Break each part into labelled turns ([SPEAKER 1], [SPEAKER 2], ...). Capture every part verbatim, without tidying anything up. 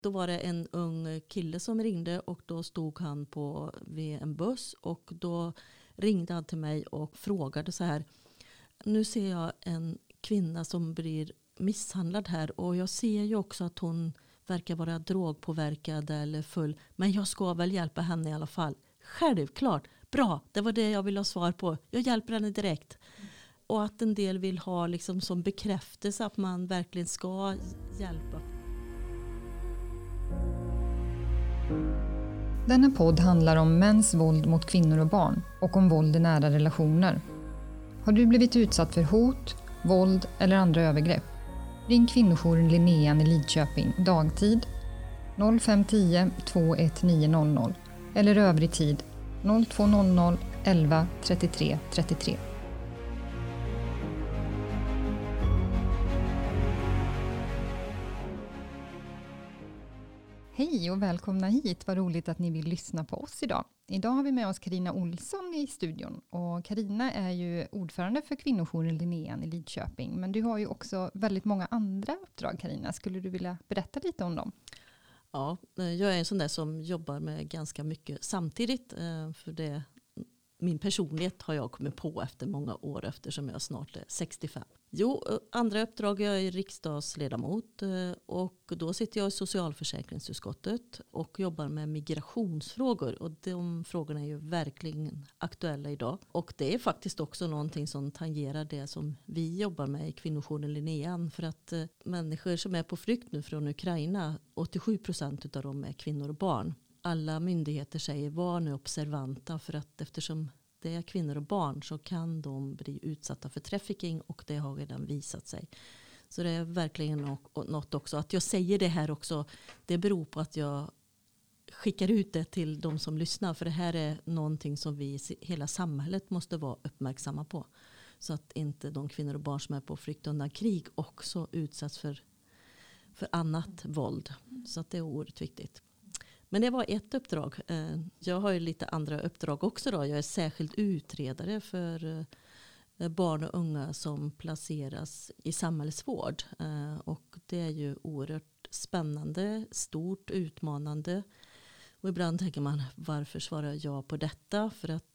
[SPEAKER 1] Då var det en ung kille som ringde och då stod han på vid en buss och då ringde han till mig och frågade så här: nu ser jag en kvinna som blir misshandlad här och jag ser ju också att hon verkar vara drogpåverkad eller full, men jag ska väl hjälpa henne i alla fall. Självklart, bra, det var det jag ville ha svar på. Jag hjälper henne direkt. Och att en del vill ha liksom som bekräftelse att man verkligen ska hjälpa.
[SPEAKER 2] Denna podd handlar om mäns våld mot kvinnor och barn och om våld i nära relationer. Har du blivit utsatt för hot, våld eller andra övergrepp? Ring kvinnojouren Linnean i Lidköping dagtid noll fem tio två ett nio noll noll eller övrig tid noll två noll noll elva trettiotre trettiotre. Hej och välkomna hit, vad roligt att ni vill lyssna på oss idag. Idag har vi med oss Carina Olsson i studion och Carina är ju ordförande för kvinnojouren Linnean i Lidköping. Men du har ju också väldigt många andra uppdrag, Carina. Skulle du vilja berätta lite om dem?
[SPEAKER 1] Ja, jag är en sån där som jobbar med ganska mycket samtidigt. För det, min personlighet har jag kommit på efter många år eftersom jag snart är sextiofem. Jo, andra uppdrag, jag är riksdagsledamot och då sitter jag i socialförsäkringsutskottet och jobbar med migrationsfrågor och de frågorna är ju verkligen aktuella idag. Och det är faktiskt också någonting som tangerar det som vi jobbar med i kvinnojouren Linnean, för att människor som är på flykt nu från Ukraina, åttiosju procent av dem är kvinnor och barn. Alla myndigheter säger var nu observanta, för att eftersom det är kvinnor och barn så kan de bli utsatta för trafficking och det har redan visat sig. Så det är verkligen något också. Att jag säger det här också, det beror på att jag skickar ut det till de som lyssnar. För det här är någonting som vi, hela samhället måste vara uppmärksamma på. Så att inte de kvinnor och barn som är på flykt undan krig också utsätts för, för annat våld. Så att det är oerhört viktigt. Men det var ett uppdrag. Jag har ju lite andra uppdrag också då. Jag är särskild utredare för barn och unga som placeras i samhällsvård. Och det är ju oerhört spännande, stort, utmanande. Och ibland tänker man, varför svarar jag på detta? För att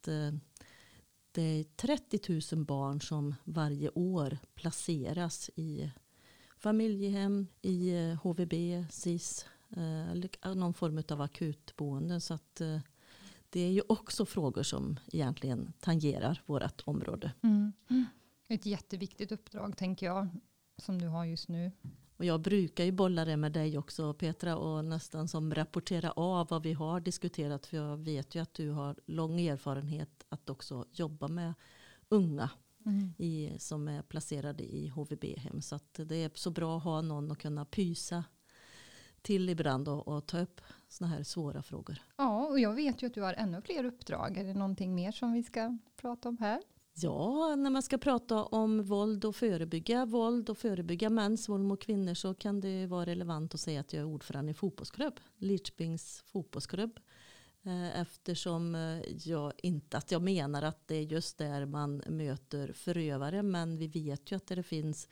[SPEAKER 1] det är trettio tusen barn som varje år placeras i familjehem, i H V B, S I S, eller någon form av akutboende. Så att det är ju också frågor som egentligen tangerar vårt område.
[SPEAKER 2] Mm. Ett jätteviktigt uppdrag tänker jag som du har just nu.
[SPEAKER 1] Och jag brukar ju bolla det med dig också, Petra, och nästan som rapportera av vad vi har diskuterat, för jag vet ju att du har lång erfarenhet att också jobba med unga mm. i, som är placerade i H V B-hem. Så att det är så bra att ha någon att kunna pysa till ibland och, och ta upp såna här svåra frågor.
[SPEAKER 2] Ja, och jag vet ju att du har ännu fler uppdrag. Är det någonting mer som vi ska prata om här?
[SPEAKER 1] Ja, när man ska prata om våld och förebygga våld och förebygga mäns våld mot kvinnor så kan det vara relevant att säga att jag är ordförande i fotbollsklubb, Lidköpings fotbollsklubb. Eftersom jag inte att jag menar att det är just där man möter förövare, men vi vet ju att det finns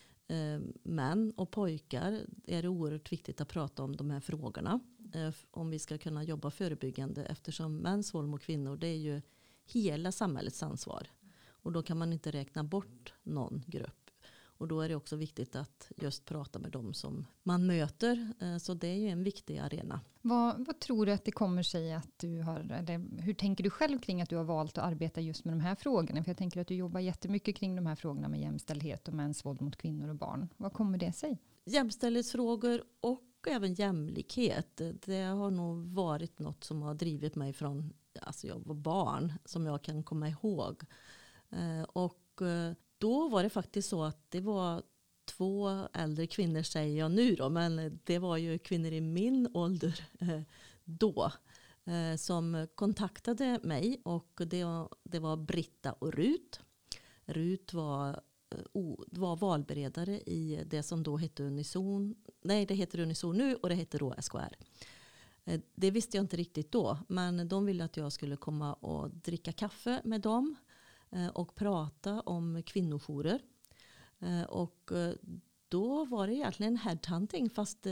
[SPEAKER 1] män och pojkar är det oerhört viktigt att prata om de här frågorna om vi ska kunna jobba förebyggande, eftersom mäns våld mot kvinnor det är ju hela samhällets ansvar och då kan man inte räkna bort någon grupp och då är det också viktigt att just prata med dem som man möter, så det är ju en viktig arena.
[SPEAKER 2] Vad, vad tror du att det kommer sig att du har, eller hur tänker du själv kring att du har valt att arbeta just med de här frågorna? För jag tänker att du jobbar jättemycket kring de här frågorna med jämställdhet och mäns våld mot kvinnor och barn. Vad kommer det sig?
[SPEAKER 1] Jämställdhetsfrågor och även jämlikhet, det har nog varit något som har drivit mig från, alltså jag var barn som jag kan komma ihåg. Och då var det faktiskt så att det var två äldre kvinnor, säger jag nu då, men det var ju kvinnor i min ålder då som kontaktade mig och det var, det var Britta och Rut. Rut var, var valberedare i det som då hette Unison, nej det heter Unison nu och det heter då S K R. Det visste jag inte riktigt då, men de ville att jag skulle komma och dricka kaffe med dem och prata om kvinnojourer. Och då var det egentligen headhunting, fast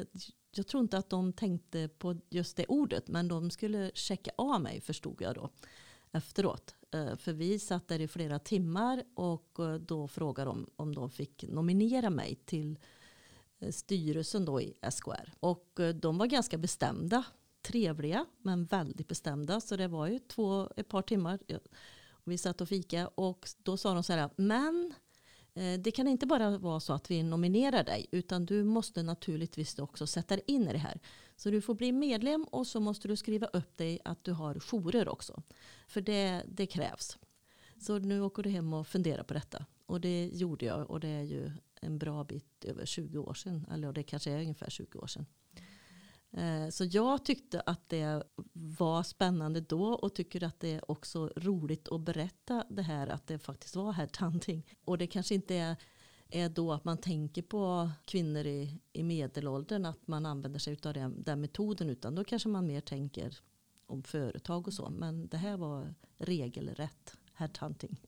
[SPEAKER 1] jag tror inte att de tänkte på just det ordet, men de skulle checka av mig, förstod jag då efteråt. För vi satt där i flera timmar och då frågade de om de fick nominera mig till styrelsen då i S K R. Och de var ganska bestämda, trevliga men väldigt bestämda. Så det var ju två, ett par timmar. Vi satt och fika och då sa de så här, men det kan inte bara vara så att vi nominerar dig, utan du måste naturligtvis också sätta dig in i det här. Så du får bli medlem och så måste du skriva upp dig att du har jourer också. För det, det krävs. Så nu åker du hem och funderar på detta. Och det gjorde jag, och det är ju en bra bit över tjugo år sedan. Eller det kanske är ungefär tjugo år sedan. Så jag tyckte att det var spännande då och tycker att det är också roligt att berätta det här, att det faktiskt var headhunting. Och det kanske inte är, är då att man tänker på kvinnor i, i medelåldern, att man använder sig av den, den metoden, utan då kanske man mer tänker om företag och så. Men det här var regelrätt headhunting.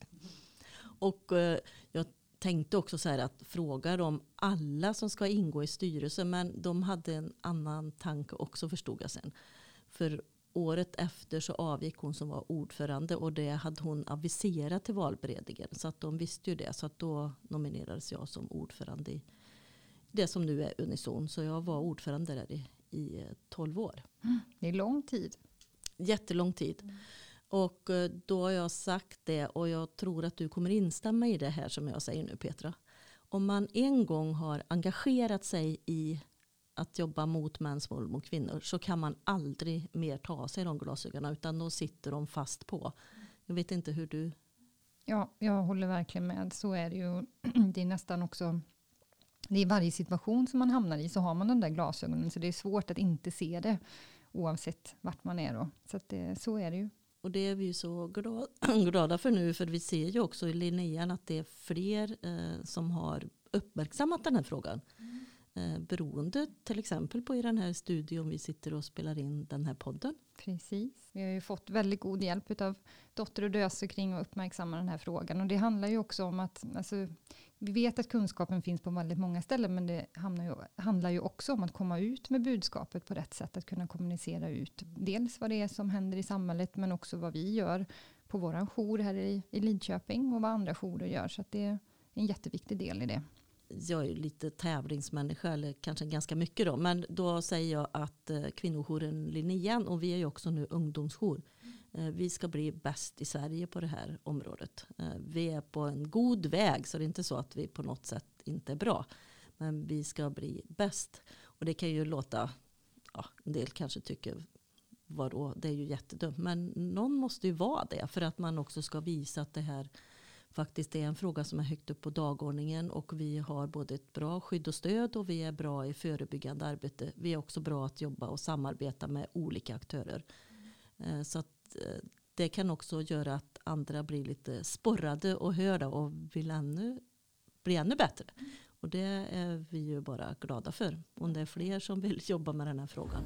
[SPEAKER 1] Och eh, jag tänkte också så här att fråga dem alla som ska ingå i styrelsen, men de hade en annan tanke också, förstod jag sen. För året efter så avgick hon som var ordförande och det hade hon aviserat till valberedningen, så att de visste ju det, så att då nominerades jag som ordförande i det som nu är Unison, så jag var ordförande där i, i tolv år.
[SPEAKER 2] Mm, det är lång tid.
[SPEAKER 1] Jättelång tid. Mm. Och då har jag sagt det, och jag tror att du kommer instämma i det här som jag säger nu, Petra. Om man en gång har engagerat sig i att jobba mot mäns våld mot kvinnor, så kan man aldrig mer ta sig de glasögonen, utan då sitter de fast på. Jag vet inte hur du...
[SPEAKER 2] Ja, jag håller verkligen med. Så är det ju. Det är nästan också... Det är varje situation som man hamnar i så har man de där glasögonen, så det är svårt att inte se det oavsett vart man är då. Så att det, så är det ju.
[SPEAKER 1] Och det är vi ju så glada, glada för nu, för vi ser ju också i Linnean att det är fler eh, som har uppmärksammat den här frågan. Mm. Eh, beroende till exempel på i den här studion vi sitter och spelar in den här podden.
[SPEAKER 2] Precis. Vi har ju fått väldigt god hjälp av Dotter och Döse kring att uppmärksamma den här frågan. Och det handlar ju också om att, alltså, vi vet att kunskapen finns på väldigt många ställen, men det handlar ju, handlar ju också om att komma ut med budskapet på rätt sätt, att kunna kommunicera ut dels vad det är som händer i samhället, men också vad vi gör på våran jour här i, i Lidköping och vad andra jourer gör. Så att det är en jätteviktig del i det.
[SPEAKER 1] Jag är ju lite tävlingsmänniska, eller kanske ganska mycket då. Men då säger jag att eh, kvinnojouren Linnean, och vi är ju också nu ungdomsjour. Eh, vi ska bli bäst i Sverige på det här området. Eh, vi är på en god väg, så det är inte så att vi på något sätt inte är bra. Men vi ska bli bäst. Och det kan ju låta, ja, en del kanske tycker, vadå, det är ju jättedumt. Men någon måste ju vara det, för att man också ska visa att det här faktiskt är en fråga som är högt upp på dagordningen, och vi har både ett bra skydd och stöd, och vi är bra i förebyggande arbete. Vi är också bra att jobba och samarbeta med olika aktörer. Mm. Så att det kan också göra att andra blir lite sporrade och hörda och vill ännu, bli ännu bättre. Mm. Och det är vi ju bara glada för. Om det är fler som vill jobba med den här frågan.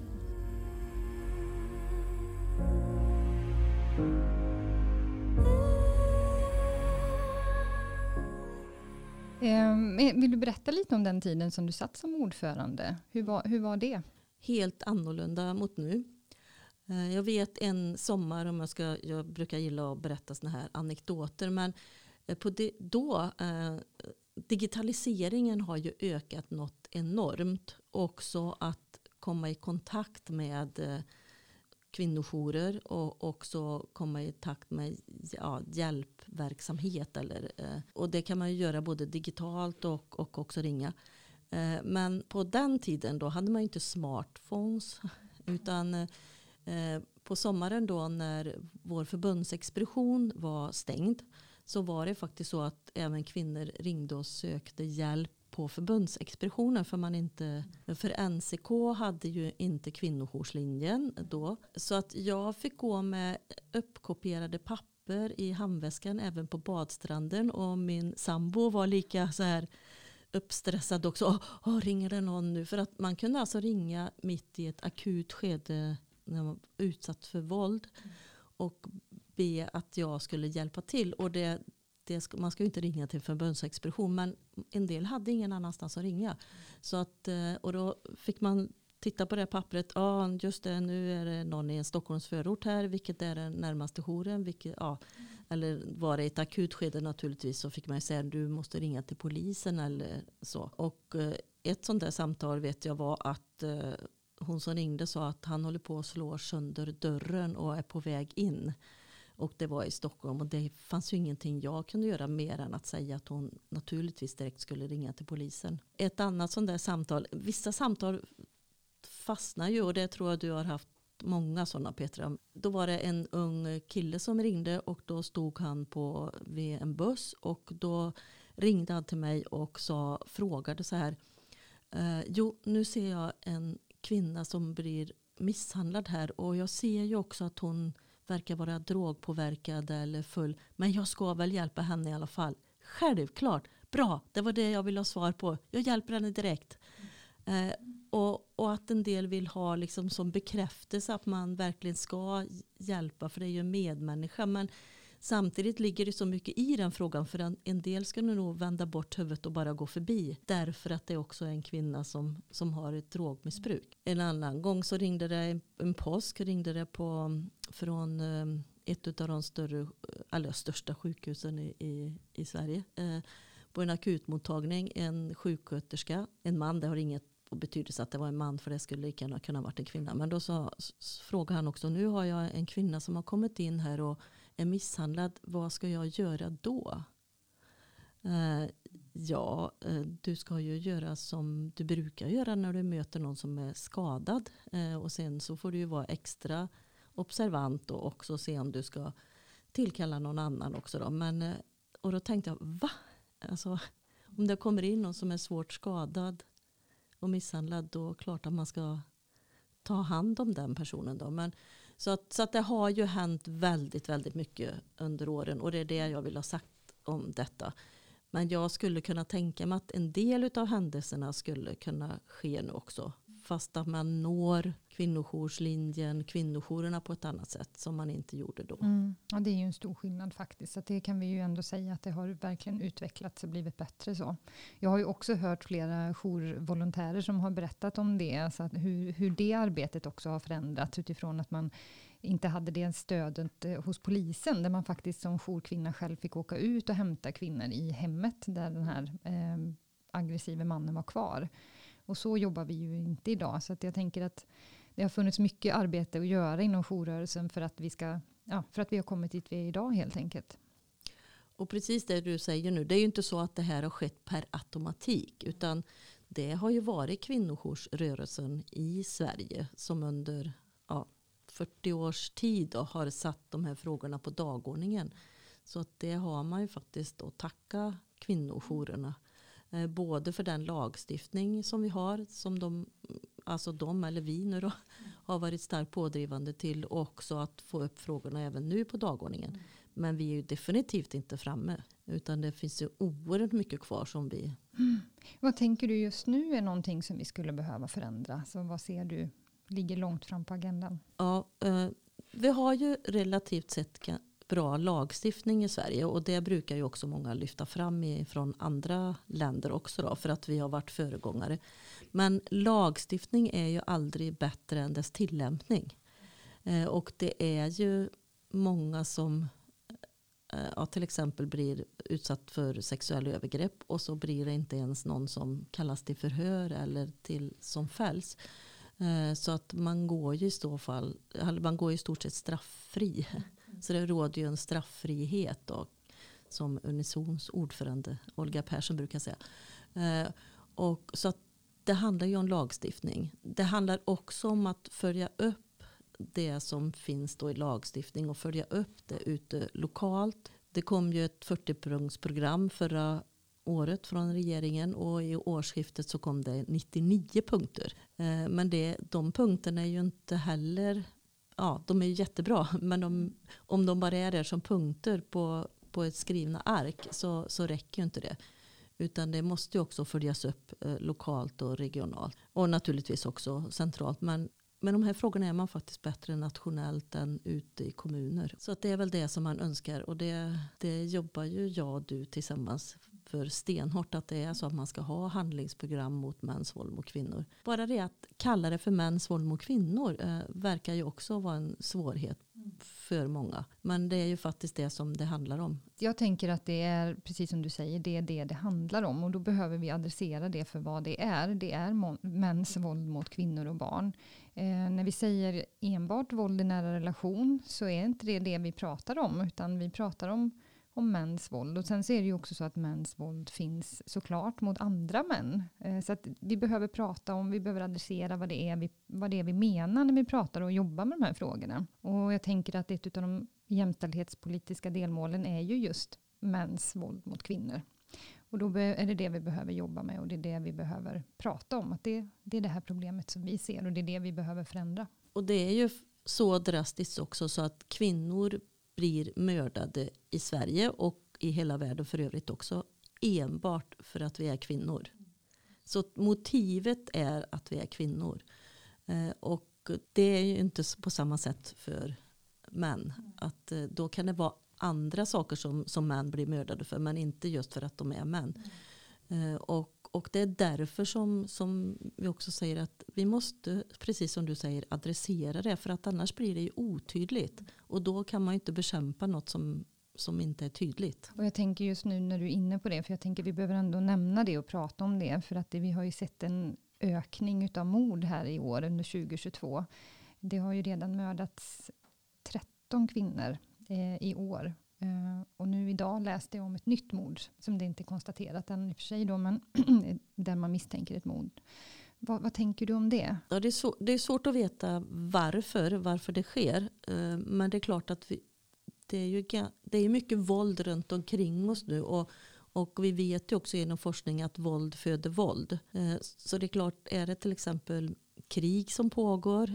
[SPEAKER 2] Vill du berätta lite om den tiden som du satt som ordförande? Hur var, hur var det?
[SPEAKER 1] Helt annorlunda mot nu. Jag vet en sommar, om jag ska, jag brukar gilla att berätta såna här anekdoter, men på det, då digitaliseringen har ju ökat något enormt. Också att komma i kontakt med kvinnojourer och också komma i takt med, ja, hjälpverksamhet. Eller, och det kan man ju göra både digitalt och, och också ringa. Men på den tiden då hade man ju inte smartphones, utan på sommaren då när vår förbundsexpedition var stängd, så var det faktiskt så att även kvinnor ringde och sökte hjälp på förbundsexpeditionen, för man inte, för N C K hade ju inte kvinnojourslinjen då, så att jag fick gå med uppkopierade papper i handväskan även på badstranden, och min sambo var lika så här uppstressad också. Åh, åh, ringer det någon nu? För att man kunde alltså ringa mitt i ett akut skede när man var utsatt för våld och be att jag skulle hjälpa till, och det Det ska, man ska ju inte ringa till förbundsexpedition, men en del hade ingen annanstans att ringa. Så att, och då fick man titta på det här pappret. Ja, just det, nu är det någon i en Stockholms förort här. Vilket är den närmaste jouren? Vilket, ja. Eller var det ett akutskede naturligtvis, så fick man säga du måste ringa till polisen eller så. Och eh, ett sånt där samtal vet jag var att eh, hon som ringde sa att han håller på att slå sönder dörren och är på väg in. Och det var i Stockholm, och det fanns ju ingenting jag kunde göra mer än att säga att hon naturligtvis direkt skulle ringa till polisen. Ett annat sånt där samtal, vissa samtal fastnar ju, och det tror jag du har haft många sådana, Petra. Då var det en ung kille som ringde, och då stod han på vid en buss, och då ringde han till mig och sa, frågade så här. Eh, jo, nu ser jag en kvinna som blir misshandlad här, och jag ser ju också att hon verkar vara drogpåverkad eller full. Men jag ska väl hjälpa henne i alla fall. Självklart. Bra, det var det jag ville ha svar på. Jag hjälper henne direkt. Eh, och, och att en del vill ha liksom som bekräftelse att man verkligen ska hjälpa. För det är ju en medmänniska. Men samtidigt ligger det så mycket i den frågan. För en, en del ska nog vända bort huvudet och bara gå förbi. Därför att det också är en kvinna som, som har ett drogmissbruk. En annan gång så ringde det en, en påsk. Ringde det på, från eh, ett av de större, eller största sjukhusen i, i, i Sverige. Eh, på en akutmottagning. En sjuksköterska. En man, det har inget betydelse att det var en man, för det skulle lika gärna kunna ha varit en kvinna. Men då så, så frågade han också, nu har jag en kvinna som har kommit in här och är misshandlad, vad ska jag göra då? Eh, ja, eh, du ska ju göra som du brukar göra när du möter någon som är skadad. Eh, och sen så får du ju vara extra observant och också se om du ska tillkalla någon annan också då. Men, eh, och då tänkte jag, va? Alltså, om det kommer in någon som är svårt skadad och misshandlad, då är det klart att man ska ta hand om den personen då. Men Så att, så att det har ju hänt väldigt, väldigt mycket under åren. Och det är det jag vill ha sagt om detta. Men jag skulle kunna tänka mig att en del av händelserna skulle kunna ske nu också. Fast att man når kvinnojourslinjen, kvinnojourerna på ett annat sätt som man inte gjorde då.
[SPEAKER 2] Mm. Ja, det är ju en stor skillnad faktiskt. Så det kan vi ju ändå säga att det har verkligen utvecklats och blivit bättre så. Jag har ju också hört flera jourvolontärer som har berättat om det. Så att hur, hur det arbetet också har förändrats utifrån att man inte hade det stödet hos polisen. Där man faktiskt som jourkvinna själv fick åka ut och hämta kvinnor i hemmet där den här eh, aggressiva mannen var kvar. Och så jobbar vi ju inte idag. Så att jag tänker att det har funnits mycket arbete att göra inom jourrörelsen för att vi ska, ja, för att vi har kommit dit vi är idag helt enkelt.
[SPEAKER 1] Och precis det du säger nu, det är ju inte så att det här har skett per automatik, utan det har ju varit kvinnojoursrörelsen i Sverige som under ja, fyrtio års tid då, har satt de här frågorna på dagordningen. Så att det har man ju faktiskt att tacka kvinnojourerna. Eh, både för den lagstiftning som vi har, som de, alltså de eller vi nu då, har varit starkt pådrivande till, och också att få upp frågorna även nu på dagordningen. Mm. Men vi är ju definitivt inte framme, utan det finns ju oerhört mycket kvar som vi...
[SPEAKER 2] Mm. Vad tänker du just nu är någonting som vi skulle behöva förändra? Så vad ser du ligger långt fram på agendan?
[SPEAKER 1] Ja, eh, vi har ju relativt sett bra lagstiftning i Sverige, och det brukar ju också många lyfta fram i, från andra länder också då, för att vi har varit föregångare. Men lagstiftning är ju aldrig bättre än dess tillämpning. Eh, och det är ju många som eh, ja, till exempel blir utsatt för sexuella övergrepp, och så blir det inte ens någon som kallas till förhör eller till som fälls. Eh, så att man går ju i så fall, man går i stort sett strafffri. Så det råder ju en strafffrihet då, som Unisons ordförande Olga Persson brukar säga. Eh, och så att det handlar ju om lagstiftning. Det handlar också om att följa upp det som finns då i lagstiftning och följa upp det ute lokalt. Det kom ju ett fyrtio-punktsprogram förra året från regeringen, och i årsskiftet så kom det nittionio punkter. Eh, men det, de punkterna är ju inte heller... Ja, de är ju jättebra, men de, om de bara är där som punkter på, på ett skrivna ark så, så räcker ju inte det. Utan det måste ju också följas upp eh, lokalt och regionalt. Och naturligtvis också centralt. Men, men de här frågorna är man faktiskt bättre nationellt än ute i kommuner. Så att det är väl det som man önskar. Och det, det jobbar ju jag och du tillsammans för stenhårt att det är så att man ska ha handlingsprogram mot mäns våld mot kvinnor. Bara det att kalla det för mäns våld mot kvinnor eh, verkar ju också vara en svårighet för många. Men det är ju faktiskt det som det handlar om.
[SPEAKER 2] Jag tänker att det är, precis som du säger, det är det det handlar om. Och då behöver vi adressera det för vad det är. Det är må- mäns våld mot kvinnor och barn. Eh, när vi säger enbart våld i nära relation så är inte det det vi pratar om. Utan vi pratar om, om mäns våld. Och sen så är det ju också så att mäns våld finns såklart mot andra män. Eh, så att vi behöver prata om, vi behöver adressera vad det är vi, vad det är vi menar när vi pratar och jobbar med de här frågorna. Och jag tänker att ett av de jämställdhetspolitiska delmålen är ju just mäns våld mot kvinnor. Och då är det det vi behöver jobba med och det är det vi behöver prata om. Att det, det är det här problemet som vi ser och det är det vi behöver förändra.
[SPEAKER 1] Och det är ju så drastiskt också så att kvinnor blir mördade i Sverige och i hela världen för övrigt också enbart för att vi är kvinnor. Så motivet är att vi är kvinnor. Eh, och det är ju inte på samma sätt för män. Att eh, då kan det vara andra saker som, som män blir mördade för men inte just för att de är män. Eh, och, och det är därför som, som vi också säger att vi måste, precis som du säger, adressera det för att annars blir det ju otydligt. Och då kan man ju inte bekämpa något som, som inte är tydligt.
[SPEAKER 2] Och jag tänker just nu när du är inne på det, för jag tänker vi behöver ändå nämna det och prata om det för att det, vi har ju sett en ökning utav mord här i år under tjugo tjugotvå. Det har ju redan mördats tretton kvinnor eh, i år. Uh, och nu idag läste jag om ett nytt mord som det inte är konstaterat än i och för sig då, men där man misstänker ett mord. Va, vad tänker du om det?
[SPEAKER 1] Ja, det, är så, det är svårt att veta varför, varför det sker. Uh, men det är klart att vi, det är ju det är mycket våld runt omkring oss nu och, och vi vet ju också genom forskning att våld föder våld. Uh, så det är klart, är det till exempel krig som pågår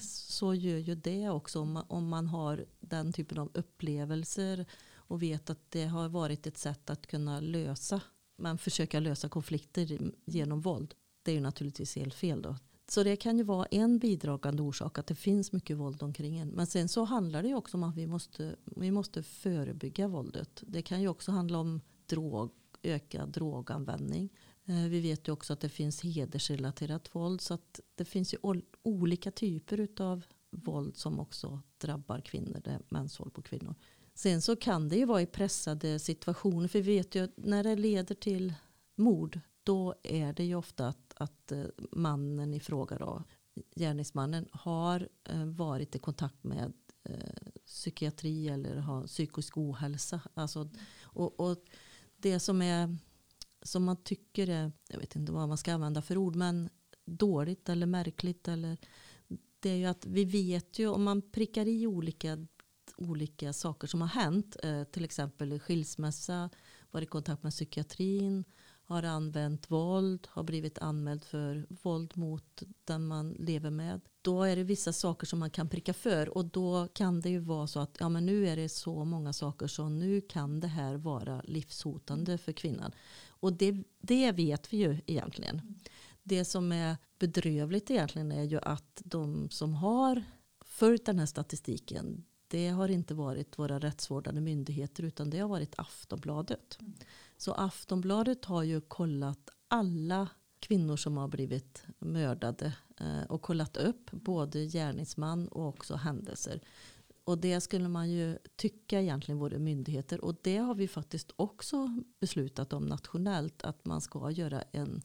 [SPEAKER 1] så gör ju det också om man, om man har den typen av upplevelser och vet att det har varit ett sätt att kunna lösa, man försöker lösa konflikter genom våld. Det är ju naturligtvis helt fel då. Så det kan ju vara en bidragande orsak att det finns mycket våld omkring en. Men sen så handlar det ju också om att vi måste, vi måste förebygga våldet. Det kan ju också handla om drog, ökad droganvändning. Vi vet ju också att det finns hedersrelaterat våld så att det finns ju olika typer av våld som också drabbar kvinnor, det är mäns våld på kvinnor. Sen så kan det ju vara i pressade situationer för vi vet ju att när det leder till mord då är det ju ofta att, att mannen i fråga då, gärningsmannen har varit i kontakt med eh, psykiatri eller har psykisk ohälsa. Alltså, och, och det som är som man tycker är, jag vet inte vad man ska använda för ord, men dåligt eller märkligt eller det är ju att vi vet ju om man prickar i olika, olika saker som har hänt, eh, till exempel skilsmässa, varit i kontakt med psykiatrin, har använt våld, har blivit anmäld för våld mot den man lever med. Då är det vissa saker som man kan pricka för och då kan det ju vara så att ja, men nu är det så många saker så nu kan det här vara livshotande för kvinnan. Och det, det vet vi ju egentligen. Mm. Det som är bedrövligt egentligen är ju att de som har följt den här statistiken, det har inte varit våra rättsvårdande myndigheter utan det har varit Aftonbladet. Mm. Så Aftonbladet har ju kollat alla kvinnor som har blivit mördade eh, och kollat upp både gärningsman och också händelser. Och det skulle man ju tycka egentligen våra myndigheter. Och det har vi faktiskt också beslutat om nationellt. Att man ska göra en,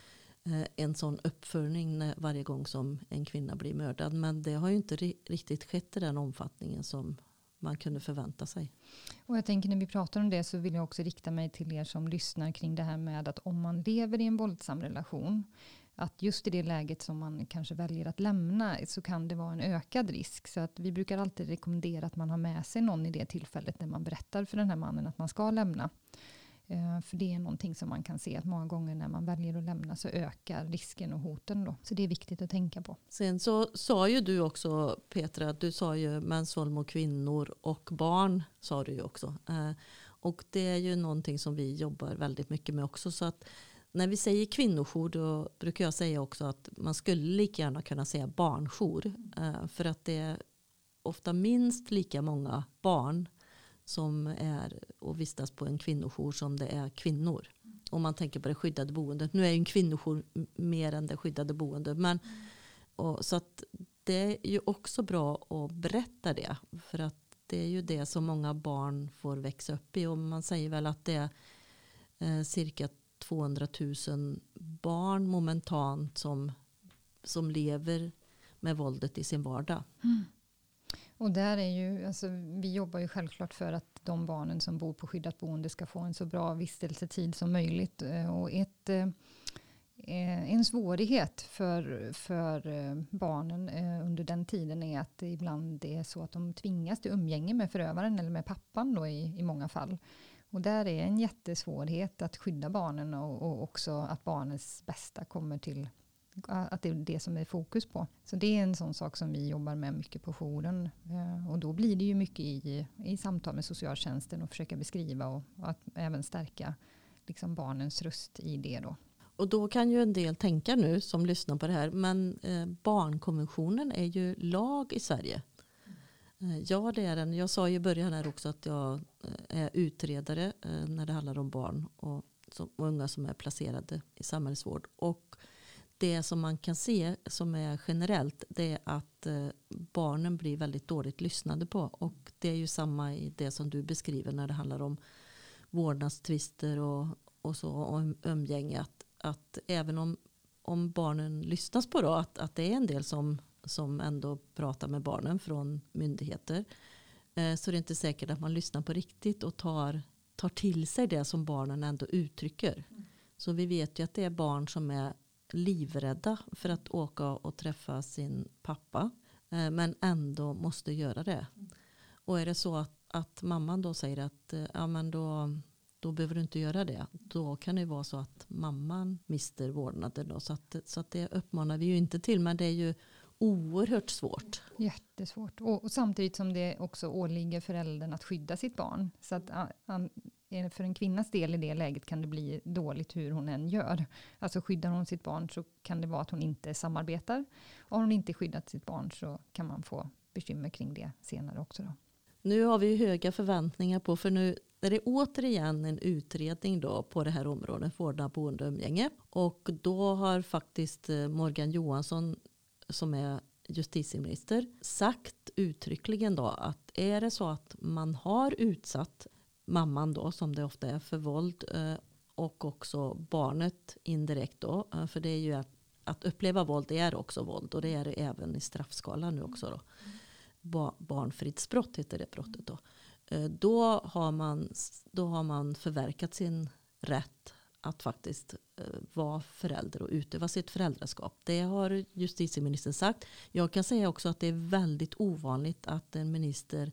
[SPEAKER 1] en sån uppföljning varje gång som en kvinna blir mördad. Men det har ju inte riktigt skett i den omfattningen som man kunde förvänta sig.
[SPEAKER 2] Och jag tänker när vi pratar om det så vill jag också rikta mig till er som lyssnar kring det här med att om man lever i en våldsam relation, att just i det läget som man kanske väljer att lämna så kan det vara en ökad risk. Så att vi brukar alltid rekommendera att man har med sig någon i det tillfället när man berättar för den här mannen att man ska lämna. Uh, för det är någonting som man kan se att många gånger när man väljer att lämna så ökar risken och hoten då. Så det är viktigt att tänka på.
[SPEAKER 1] Sen så sa ju du också Petra, att du sa ju mäns våld mot kvinnor och barn sa du ju också. Uh, och det är ju någonting som vi jobbar väldigt mycket med också så att när vi säger kvinnojour då brukar jag säga också att man skulle lika gärna kunna säga barnjour. Uh, för att det är ofta minst lika många barn som är och vistas på en kvinnojour som det är kvinnor. om man tänker på det skyddade boendet. Nu är ju en kvinnojour mer än det skyddade boendet. Men, och, så att det är ju också bra att berätta det. För att det är ju det som många barn får växa upp i. Och man säger väl att det är eh, cirka tvåhundratusen barn momentant som, som lever med våldet i sin vardag.
[SPEAKER 2] Mm. Och där är ju, alltså, vi jobbar ju självklart för att de barnen som bor på skyddat boende ska få en så bra vistelsetid som möjligt. Och ett, eh, en svårighet för, för barnen eh, under den tiden är att det ibland är så att de tvingas till umgänge med förövaren eller med pappan då i, i många fall. Och där är en jättesvårighet att skydda barnen och, och också att barnens bästa kommer till, att det är det som är fokus på. Så det är en sån sak som vi jobbar med mycket på jouren. Och då blir det ju mycket i, i samtal med socialtjänsten och försöka beskriva och, och att även stärka liksom barnens röst i det då.
[SPEAKER 1] Och då kan ju en del tänka nu som lyssnar på det här, men eh, barnkonventionen är ju lag i Sverige. Eh, ja, det är den. Jag sa i början här också att jag eh, är utredare eh, när det handlar om barn och, som, och unga som är placerade i samhällsvård. Och det som man kan se som är generellt, det är att eh, barnen blir väldigt dåligt lyssnade på. Och det är ju samma i det som du beskriver när det handlar om vårdnadstvister och, och så och umgänge. Att, att även om, om barnen lyssnas på då, att, att det är en del som, som ändå pratar med barnen från myndigheter. Eh, så det är inte säkert att man lyssnar på riktigt och tar, tar till sig det som barnen ändå uttrycker. Mm. Så vi vet ju att det är barn som är livrädda för att åka och träffa sin pappa. Eh, men ändå måste göra det. Mm. Och är det så att, att mamman då säger att eh, ja, men då, då behöver du inte göra det. Då kan det vara så att mamman mister vårdnaden. Då. Så, att, så att det uppmanar vi ju inte till. Men det är ju oerhört svårt.
[SPEAKER 2] Jättesvårt. Och, och samtidigt som det också åligger föräldern att skydda sitt barn. Så att an, för en kvinnas del i det läget kan det bli dåligt hur hon än gör. Alltså skyddar hon sitt barn så kan det vara att hon inte samarbetar. Om hon inte skyddat sitt barn så kan man få bekymmer kring det senare också då.
[SPEAKER 1] Nu har vi ju höga förväntningar på, för nu är det återigen en utredning då på det här området, vårdnad, boende och umgänge. Och då har faktiskt Morgan Johansson som är justitieminister sagt uttryckligen då att är det så att man har utsatt mamman då, som det ofta är, för våld och också barnet indirekt då, för det är ju att, att uppleva våld är också våld och det är det även i straffskalan nu också då. Barnfridsbrott heter det brottet då. Då har man, då har man förverkat sin rätt att faktiskt vara förälder och utöva sitt föräldraskap. Det har justitieministern sagt. Jag kan säga också att det är väldigt ovanligt att en minister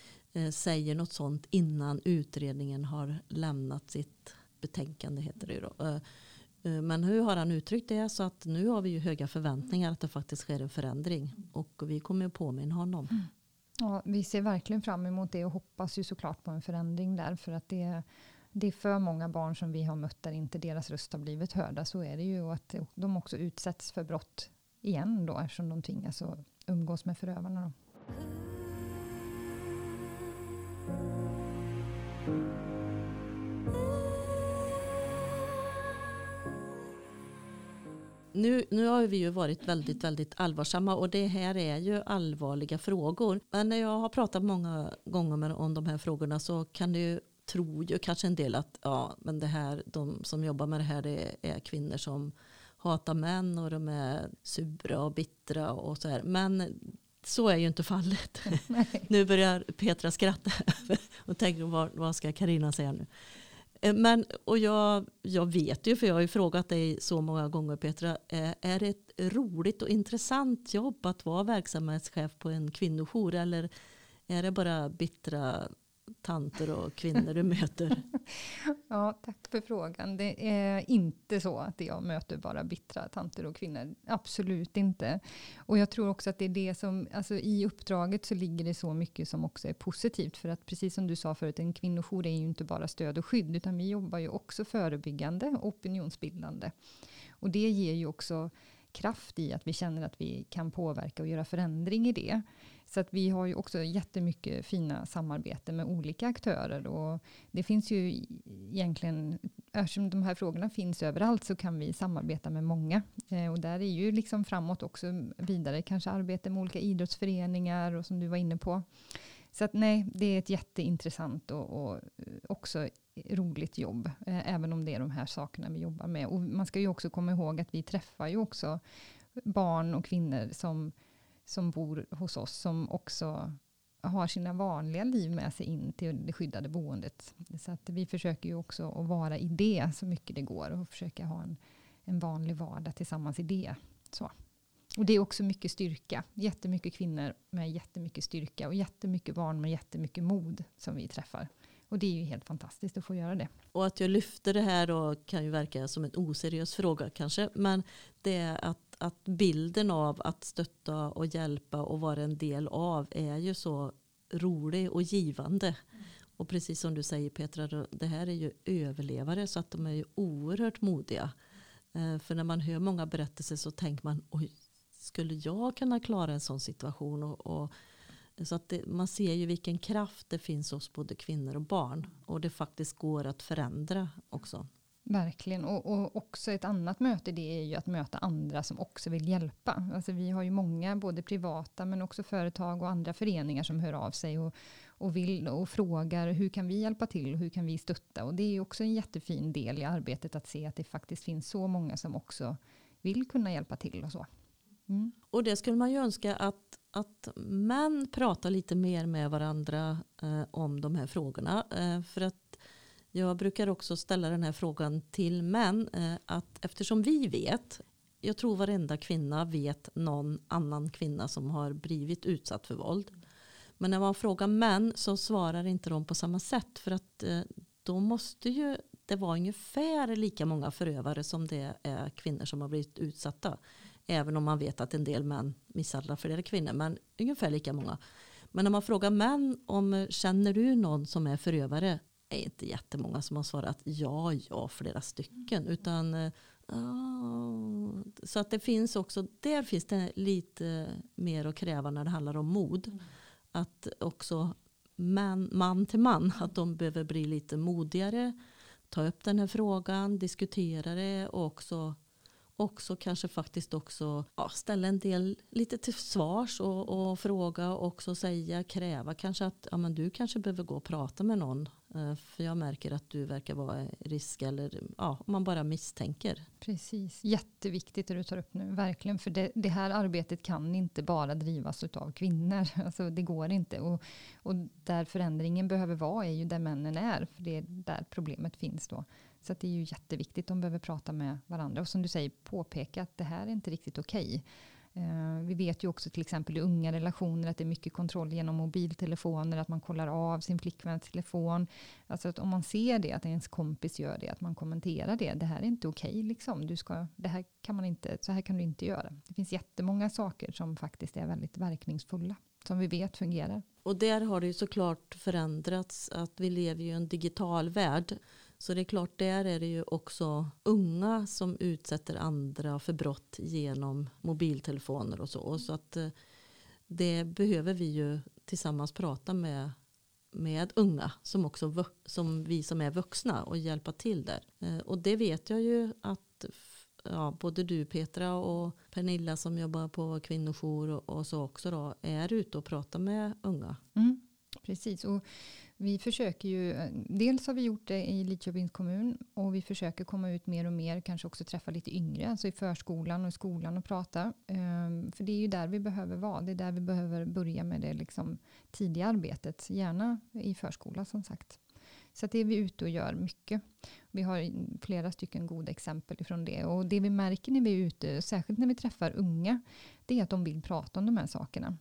[SPEAKER 1] säger något sånt innan utredningen har lämnat sitt betänkande, heter det då. Men hur har han uttryckt det, så att nu har vi ju höga förväntningar att det faktiskt sker en förändring och vi kommer att påminna honom.
[SPEAKER 2] Mm. Ja, vi ser verkligen fram emot det och hoppas ju såklart på en förändring där, för att det är, det är för många barn som vi har mött där inte deras röst har blivit hörda. Så är det ju, och att de också utsätts för brott igen då, eftersom de tvingas att umgås med förövarna då.
[SPEAKER 1] Nu, nu har vi ju varit väldigt, väldigt allvarsamma och det här är ju allvarliga frågor. Men när jag har pratat många gånger med, om de här frågorna så kan det ju, tro ju kanske en del att ja, men det här, de som jobbar med det här det är kvinnor som hatar män och de är sura och bittra och så här. Men så är ju inte fallet. Nu börjar Petra skratta och tänker vad, vad ska Carina säga nu? Men, och jag, jag vet ju, för jag har ju frågat dig så många gånger, Petra, är det ett roligt och intressant jobb att vara verksamhetschef på en kvinnojour, eller är det bara bittra tanter och kvinnor du möter?
[SPEAKER 2] Ja, tack för frågan. Det är inte så att jag möter bara bittra tanter och kvinnor. Absolut inte. Och jag tror också att det är det som, alltså i uppdraget så ligger det så mycket som också är positivt. För att precis som du sa förut, en kvinnojour är ju inte bara stöd och skydd, utan vi jobbar ju också förebyggande och opinionsbildande. Och det ger ju också kraft i att vi känner att vi kan påverka och göra förändring i det. Så att vi har ju också jättemycket fina samarbete med olika aktörer. Och det finns ju egentligen eftersom de här frågorna finns överallt så kan vi samarbeta med många. Eh, och där är ju liksom framåt också vidare kanske arbete med olika idrottsföreningar och som du var inne på. Så att nej, det är ett jätteintressant och, och också roligt jobb. Eh, även om det är de här sakerna vi jobbar med. Och man ska ju också komma ihåg att vi träffar ju också barn och kvinnor som, som bor hos oss som också har sina vanliga liv med sig in till det skyddade boendet. Så att vi försöker ju också att vara i det så mycket det går och försöka ha en, en vanlig vardag tillsammans i det. Så. Och det är också mycket styrka. Jättemycket kvinnor med jättemycket styrka och jättemycket barn med jättemycket mod som vi träffar. Och det är ju helt fantastiskt att få göra det.
[SPEAKER 1] Och att jag lyfter det här då kan ju verka som en oseriös fråga kanske. Men det är att, att bilden av att stötta och hjälpa och vara en del av är ju så rolig och givande. Mm. Och precis som du säger Petra, det här är ju överlevare så att de är ju oerhört modiga. Eh, för när man hör många berättelser så tänker man, oj, skulle jag kunna klara en sån situation? Och, och så att det, man ser ju vilken kraft det finns hos både kvinnor och barn. Och det faktiskt går att förändra också.
[SPEAKER 2] Verkligen. Och, och också ett annat möte det är ju att möta andra som också vill hjälpa. Alltså vi har ju många, både privata men också företag och andra föreningar som hör av sig och, och vill och frågar hur kan vi hjälpa till och hur kan vi stötta. Och det är ju också en jättefin del i arbetet att se att det faktiskt finns så många som också vill kunna hjälpa till och så. Mm.
[SPEAKER 1] Och det skulle man ju önska att, att män pratar lite mer med varandra eh, om de här frågorna. Eh, för att jag brukar också ställa den här frågan till män. Eh, att eftersom vi vet, jag tror varenda kvinna vet någon annan kvinna som har blivit utsatt för våld. Men när man frågar män så svarar inte de på samma sätt. För att eh, då måste ju det vara ungefär lika många förövare som det är kvinnor som har blivit utsatta. Även om man vet att en del män misshandlar flera kvinnor. Men ungefär lika många. Men när man frågar män om känner du någon som är förövare. Är inte jättemånga som har svarat ja, ja, flera stycken. Utan uh, så att det finns också, där finns det lite mer att kräva när det handlar om mod. Mm. Att också man, man till man, att de behöver bli lite modigare. Ta upp den här frågan, diskutera det och också också kanske faktiskt också ja, ställa en del lite till svars och, och fråga och också säga, kräva kanske att ja, men du kanske behöver gå och prata med någon eh, för jag märker att du verkar vara i risk eller ja, om man bara misstänker.
[SPEAKER 2] Precis, jätteviktigt det du tar upp nu, verkligen för det, det här arbetet kan inte bara drivas av kvinnor, alltså det går inte och, och där förändringen behöver vara är ju där männen är, för det är där problemet finns då. Så att det är ju jätteviktigt. De behöver prata med varandra. Och som du säger, påpeka att det här är inte riktigt okej. Eh, vi vet ju också till exempel i unga relationer att det är mycket kontroll genom mobiltelefoner. Att man kollar av sin flickväns telefon. Alltså att om man ser det, att ens kompis gör det. Att man kommenterar det. Det här är inte okej liksom. Du ska, det här kan man inte, så här kan du inte göra. Det finns jättemånga saker som faktiskt är väldigt verkningsfulla. Som vi vet fungerar.
[SPEAKER 1] Och där har det ju såklart förändrats att vi lever i en digital värld. Så det är klart, där är det ju också unga som utsätter andra för brott genom mobiltelefoner och så. Och så att det behöver vi ju tillsammans prata med, med unga som också som vi som är vuxna och hjälpa till där. Och det vet jag ju att ja, både du Petra och Pernilla som jobbar på kvinnojour och, och så också då är ute och pratar med unga.
[SPEAKER 2] Mm, precis, och vi försöker ju, dels har vi gjort det i Lidköpings kommun och vi försöker komma ut mer och mer, kanske också träffa lite yngre, alltså i förskolan och i skolan och prata. Um, för det är ju där vi behöver vara, det är där vi behöver börja med det liksom tidiga arbetet, gärna i förskola som sagt. Så att det är vi ute och gör mycket. Vi har flera stycken goda exempel ifrån det. Och det vi märker när vi är ute, särskilt när vi träffar unga, det är att de vill prata om de här sakerna.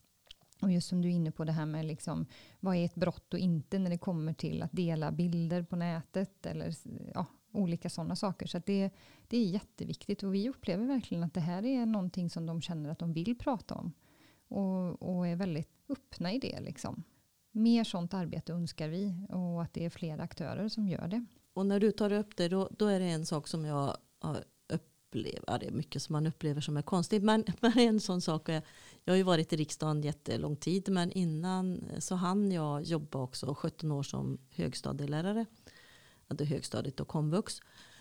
[SPEAKER 2] Och just som du är inne på det här med liksom, vad är ett brott och inte när det kommer till att dela bilder på nätet eller ja, olika sådana saker. Så att det, det är jätteviktigt och vi upplever verkligen att det här är någonting som de känner att de vill prata om. Och, och är väldigt öppna i det liksom. Mer sånt arbete önskar vi och att det är flera aktörer som gör det.
[SPEAKER 1] Och när du tar upp det då, då är det en sak som jag upplever, ja, det är mycket som man upplever som är konstigt. Men, men en sån sak är, jag har ju varit i riksdagen jättelång tid men innan så hann jag jobba också sjutton år som högstadielärare. hade högstadiet och komvux.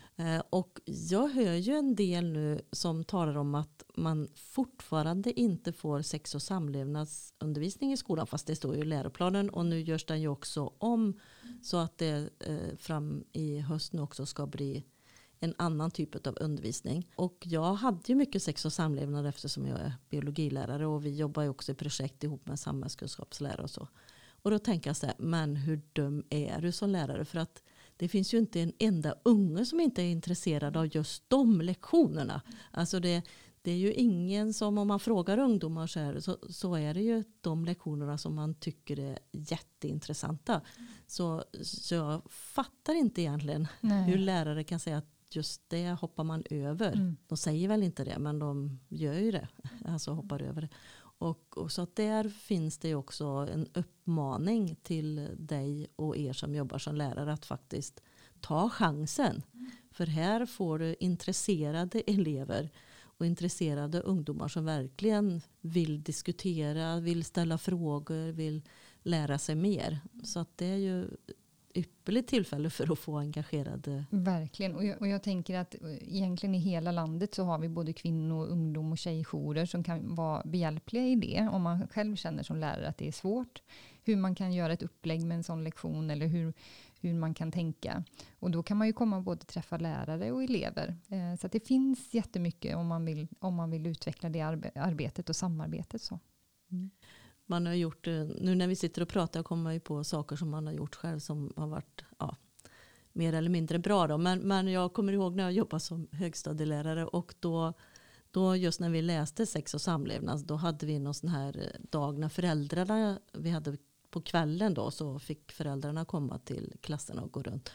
[SPEAKER 1] Och jag hör ju en del nu som talar om att man fortfarande inte får sex- och samlevnadsundervisning i skolan, fast det står ju i läroplanen, och nu görs den ju också om så att det fram i höst nu också ska bli en annan typ av undervisning. Och jag hade ju mycket sex- och samlevnad eftersom jag är biologilärare, och vi jobbar ju också i projekt ihop med samhällskunskapslärare och så. Och då tänker jag så här, men hur dum är du som lärare? För att det finns ju inte en enda unge som inte är intresserad av just de lektionerna. Alltså det, det är ju ingen som, om man frågar ungdomar så här, så, så är det ju de lektionerna som man tycker är jätteintressanta. Så, så jag fattar inte egentligen Nej. hur lärare kan säga att just det hoppar man över. Mm. De säger väl inte det, men de gör ju det. Alltså hoppar över det. Och, och så att där finns det också en uppmaning till dig och er som jobbar som lärare att faktiskt ta chansen. Mm. För här får du intresserade elever och intresserade ungdomar som verkligen vill diskutera, vill ställa frågor, vill lära sig mer. Så att det är ju ypperligt tillfälle för att få engagerade.
[SPEAKER 2] Verkligen, och jag, och jag tänker att egentligen i hela landet så har vi både kvinnor, ungdom och tjejjourer som kan vara behjälpliga i det, om man själv känner som lärare att det är svårt. Hur man kan göra ett upplägg med en sån lektion eller hur, hur man kan tänka. Och då kan man ju komma och både träffa lärare och elever. Eh, så att det finns jättemycket om man vill, om man vill utveckla det arbe- arbetet och samarbetet. Så. Mm.
[SPEAKER 1] Man har gjort, nu när vi sitter och pratar kommer man ju på saker som man har gjort själv som har varit ja, mer eller mindre bra. Då. Men, men jag kommer ihåg när jag jobbade som högstadielärare, och då, då just när vi läste sex och samlevnad, då hade vi någon sån här dag när föräldrarna, vi hade på kvällen då, så fick föräldrarna komma till klassen och gå runt.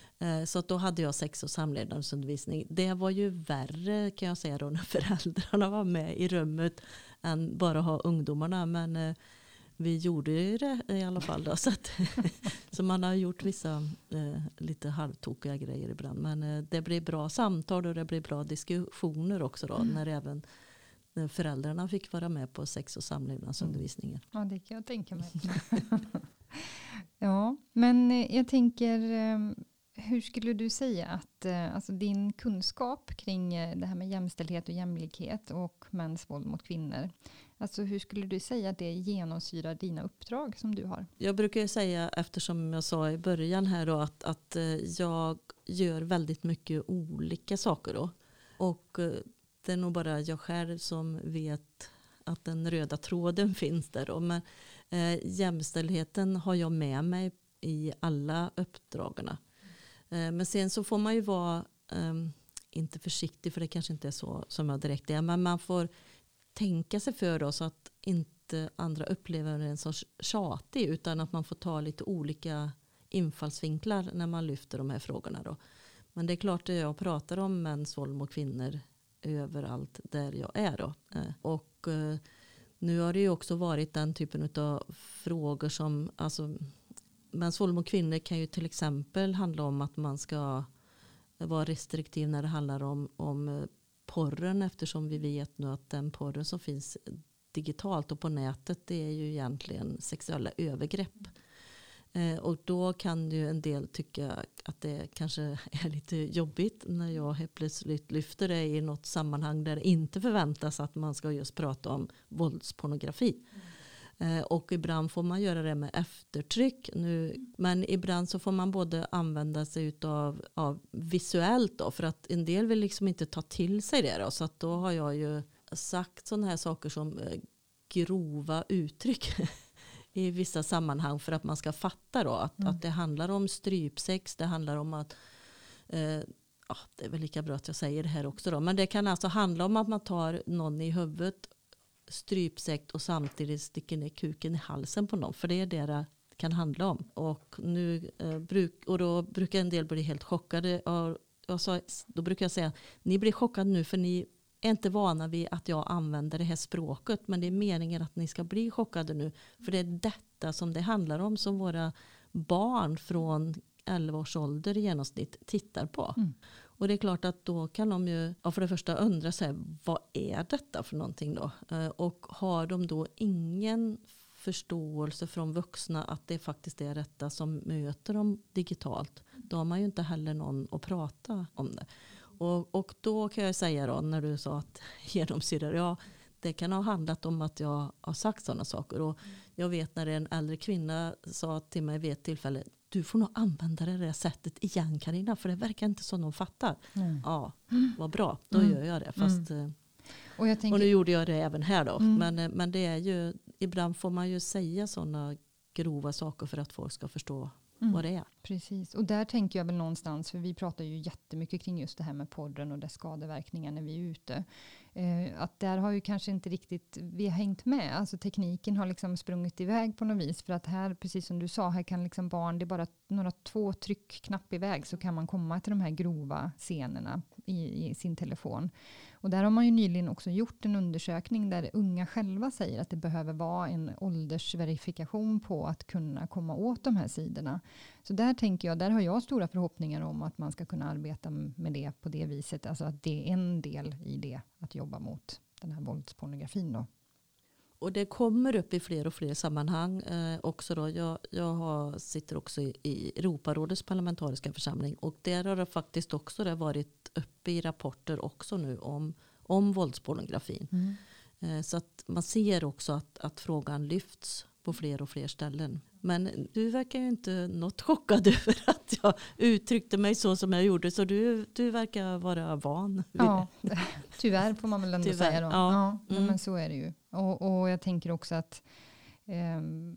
[SPEAKER 1] Så att då hade jag sex- och samlevnadsundervisning. Det var ju värre kan jag säga då när föräldrarna var med i rummet än bara ha ungdomarna. Men eh, vi gjorde ju det i alla fall då. Så, att, så man har gjort vissa eh, lite halvtokiga grejer ibland. Men eh, det blir bra samtal och det blir bra diskussioner också då. Mm. När även när föräldrarna fick vara med på sex- och samlevnadsundervisningen.
[SPEAKER 2] Mm. Ja, det kan jag tänka mig. Ja, men jag tänker... Hur skulle du säga att alltså din kunskap kring det här med jämställdhet och jämlikhet och mäns våld mot kvinnor, alltså hur skulle du säga att det genomsyrar dina uppdrag som du har?
[SPEAKER 1] Jag brukar säga, eftersom jag sa i början här då, att, att jag gör väldigt mycket olika saker då. Och det är nog bara jag själv som vet att den röda tråden finns där då. Men eh, jämställdheten har jag med mig i alla uppdragarna. Men sen så får man ju vara, um, inte försiktig, för det kanske inte är så som jag direkt är, men man får tänka sig för då, så att inte andra upplever en sorts tjatig, utan att man får ta lite olika infallsvinklar när man lyfter de här frågorna då. Men det är klart att jag pratar om mäns våld mot kvinnor överallt där jag är då. Och uh, nu har det ju också varit den typen av frågor som, alltså, mäns våld mot kvinnor kan ju till exempel handla om att man ska vara restriktiv när det handlar om, om porren, eftersom vi vet nu att den porren som finns digitalt och på nätet, det är ju egentligen sexuella övergrepp. Eh, och då kan ju en del tycka att det kanske är lite jobbigt när jag helt plötsligt lyfter det i något sammanhang där det inte förväntas att man ska just prata om våldspornografi. Och ibland får man göra det med eftertryck. Nu, men ibland så får man både använda sig av, av visuellt då, för att en del vill liksom inte ta till sig det då. Så att då har jag ju sagt sådana här saker som eh, grova uttryck i vissa sammanhang, för att man ska fatta då att, mm. att det handlar om strypsex, det handlar om att eh, ja, det är väl lika bra att jag säger det här också då, men det kan alltså handla om att man tar någon i huvudet, strypsekt, och samtidigt sticker ner kuken i halsen på någon. För det är det det kan handla om. Och, nu, eh, bruk, och då brukar en del bli helt chockade. Och, och så, då brukar jag säga, ni blir chockade nu för ni är inte vana vid att jag använder det här språket. Men det är meningen att ni ska bli chockade nu. För det är detta som det handlar om, som våra barn från elva års ålder i genomsnitt tittar på. Mm. Och det är klart att då kan de ju, ja, för det första undra sig, vad är detta för någonting då? Och har de då ingen förståelse från vuxna att det faktiskt är detta som möter dem digitalt. Då har man ju inte heller någon att prata om det. Och, och då kan jag säga då, när du sa att genomsyrar, ja, det kan ha handlat om att jag har sagt sådana saker. Och jag vet när en äldre kvinna sa till mig vid ett tillfälle, du får nog använda det där sättet igen, Carina, för det verkar inte som de fattar. Mm. Ja, vad bra, då mm. gör jag det. Fast, mm. och, jag tänker, och nu gjorde jag det även här då. Mm. Men, men det är ju, ibland får man ju säga sådana grova saker för att folk ska förstå mm. vad det är.
[SPEAKER 2] Precis, och där tänker jag väl någonstans, för vi pratar ju jättemycket kring just det här med podden och dess skadeverkningar när vi är ute. Eh, att där har ju kanske inte riktigt vi har hängt med. Alltså tekniken har liksom sprungit iväg på något vis. För att här, precis som du sa, här kan liksom barn, det är bara några två tryckknapp iväg så kan man komma till de här grova scenerna i, i sin telefon. Och där har man ju nyligen också gjort en undersökning där unga själva säger att det behöver vara en åldersverifikation på att kunna komma åt de här sidorna. Så där tänker jag, där har jag stora förhoppningar om att man ska kunna arbeta med det på det viset. Alltså att det är en del i det, att jobba mot den här våldspornografin då.
[SPEAKER 1] Och det kommer upp i fler och fler sammanhang eh, också då. Jag, jag har, sitter också i, i Europarådets parlamentariska församling och där har det faktiskt också det varit uppe i rapporter också nu om, om våldspornografin. Mm. Eh, så att man ser också att, att frågan lyfts på fler och fler ställen. Men du verkar ju inte något chockad över att jag uttryckte mig så som jag gjorde. Så du, du verkar vara van.
[SPEAKER 2] Ja, tyvärr får man väl ändå tyvärr, säga då.
[SPEAKER 1] Ja.
[SPEAKER 2] Ja, mm. Men så är det ju. Och, och jag tänker också att eh,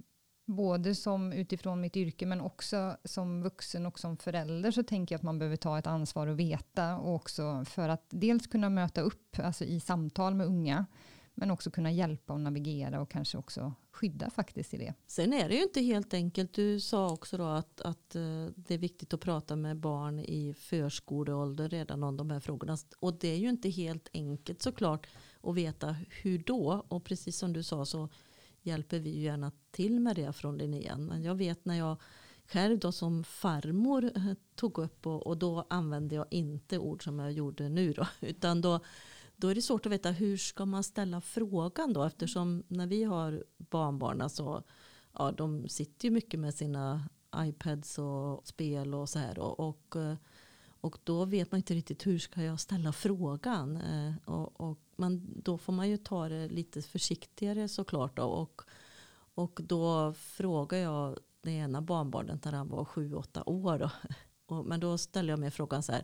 [SPEAKER 2] både som utifrån mitt yrke men också som vuxen och som förälder så tänker jag att man behöver ta ett ansvar och veta. Och också för att dels kunna möta upp alltså i samtal med unga. Men också kunna hjälpa och navigera och kanske också skydda faktiskt i det.
[SPEAKER 1] Sen är det ju inte helt enkelt. Du sa också då att, att det är viktigt att prata med barn i förskoleålder redan om de här frågorna. Och det är ju inte helt enkelt såklart att veta hur då. Och precis som du sa så hjälper vi ju gärna till med det från Linnéan. Men jag vet när jag själv då som farmor tog upp och, och då använde jag inte ord som jag gjorde nu då. Utan då Då är det svårt att veta hur ska man ställa frågan då. Eftersom när vi har barnbarn så ja, de sitter ju mycket med sina iPads och spel och så här. Och, och, och då vet man inte riktigt hur ska jag ställa frågan. Och, och man, då får man ju ta det lite försiktigare såklart. Då. Och, och då frågar jag det ena barnbarnet när han var sju, åtta år. Då. Och, men då ställer jag mig frågan så här.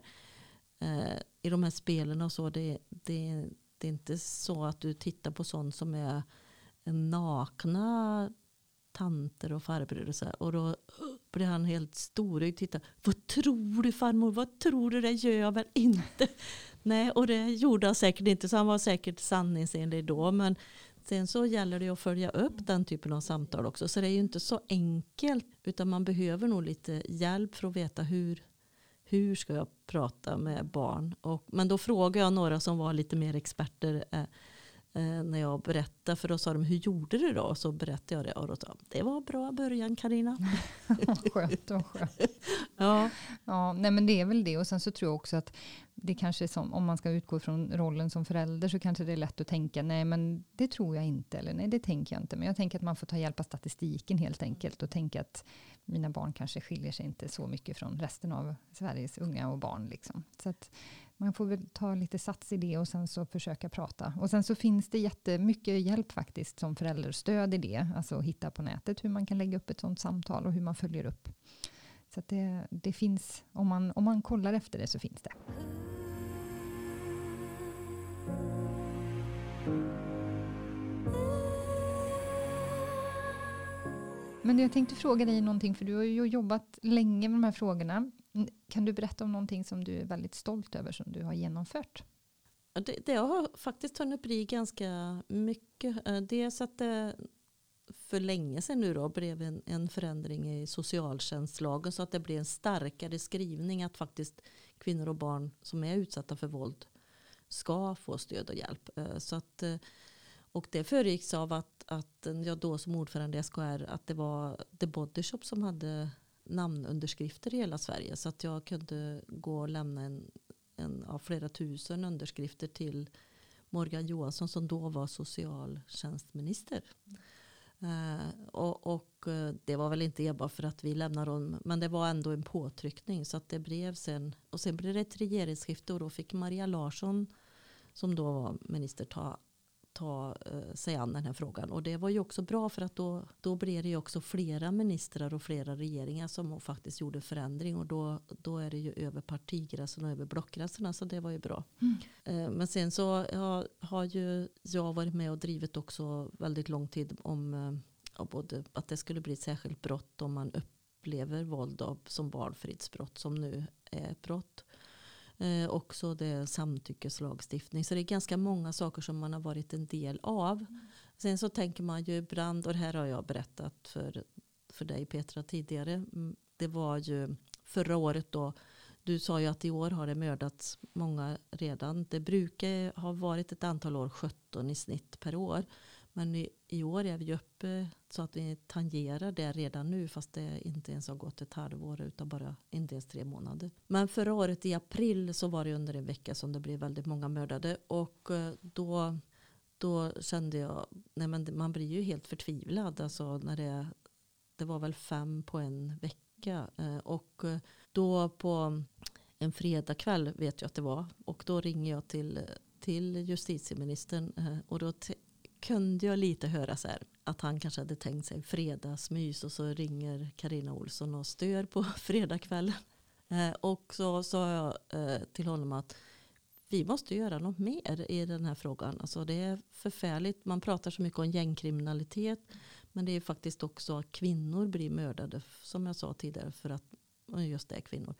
[SPEAKER 1] I de här spelen och så det, det, det är inte så att du tittar på sånt som är nakna tanter och farbröder och så här. Och då blir han helt storögd. Titta, vad tror du farmor? Vad tror du? Det gör jag väl inte? Nej, och det gjorde han säkert inte. Så han var säkert sanningsenlig då. Men sen så gäller det att följa upp den typen av samtal också. Så det är ju inte så enkelt. Utan man behöver nog lite hjälp för att veta hur Hur ska jag prata med barn? Och, men då frågade jag några som var lite mer experter eh, eh, när jag berättade. För då sa de, hur gjorde du då? Så berättade jag det. Och då sa det var bra början, Carina.
[SPEAKER 2] Skönt och skönt.
[SPEAKER 1] Ja.
[SPEAKER 2] Ja, nej men det är väl det. Och sen så tror jag också att det kanske är som, om man ska utgå från rollen som förälder så kanske det är lätt att tänka, nej men det tror jag inte. Eller nej, det tänker jag inte. Men jag tänker att man får ta hjälp av statistiken helt enkelt. Och tänka att mina barn kanske skiljer sig inte så mycket från resten av Sveriges unga och barn. Liksom. Så att man får väl ta lite sats i det och sen så försöka prata. Och sen så finns det jättemycket hjälp faktiskt som förälderstöd i det. Alltså att hitta på nätet hur man kan lägga upp ett sådant samtal och hur man följer upp. Så att det, det finns, om man, om man kollar efter det så finns det. Men jag tänkte fråga dig någonting, för du har ju jobbat länge med de här frågorna. Kan du berätta om någonting som du är väldigt stolt över som du har genomfört?
[SPEAKER 1] Det, det har faktiskt hunnit bli ganska mycket. Dels att det för länge sedan nu då blev en, en förändring i socialtjänstlagen så att det blir en starkare skrivning att faktiskt kvinnor och barn som är utsatta för våld ska få stöd och hjälp. Så att, och det föregicks av att, att jag då som ordförande i S K R att det var The Body Shop som hade namnunderskrifter i hela Sverige. Så att jag kunde gå och lämna en, en av flera tusen underskrifter till Morgan Johansson som då var socialtjänstminister. Eh, och, och det var väl inte enbart för att vi lämnade dem, men det var ändå en påtryckning. Så att det blev sen, och sen blev det ett regeringsskifte och då fick Maria Larsson, som då var minister, ta, ta uh, sig an den här frågan. Och det var ju också bra, för att då, då blev det ju också flera ministrar och flera regeringar som faktiskt gjorde förändring. Och då, då är det ju över partigränserna och över blockgränserna, så det var ju bra. Mm. Uh, men sen så ja, har ju jag varit med och drivit också väldigt lång tid om uh, ja, både att det skulle bli ett särskilt brott om man upplever våld av, som barnfridsbrott, som nu är ett brott. Eh, också det samtyckeslagstiftning. Så det är ganska många saker som man har varit en del av. Mm. Sen så tänker man ju ibland, och det här har jag berättat för, för dig Petra tidigare. Det var ju förra året då, du sa ju att i år har det mördats många redan. Det brukar ha varit ett antal år, sjutton i snitt per år. Men i, i år är vi uppe så att vi tangerar det redan nu, fast det inte ens har gått ett halvår utan bara inte ens tre månader. Men förra året i april så var det under en vecka som det blev väldigt många mördade, och då, då kände jag, nej men man blir ju helt förtvivlad. Alltså när det, det var väl fem på en vecka, och då på en fredagkväll vet jag att det var, och då ringer jag till, till justitieministern och då t- kunde jag lite höra så här att han kanske hade tänkt sig fredagsmys, och så ringer Carina Olsson och stör på fredagskvällen. Eh, och så sa jag eh, till honom att vi måste göra något mer i den här frågan. Alltså det är förfärligt. Man pratar så mycket om gängkriminalitet, men det är faktiskt också att kvinnor blir mördade, som jag sa tidigare, för att just det är kvinnor.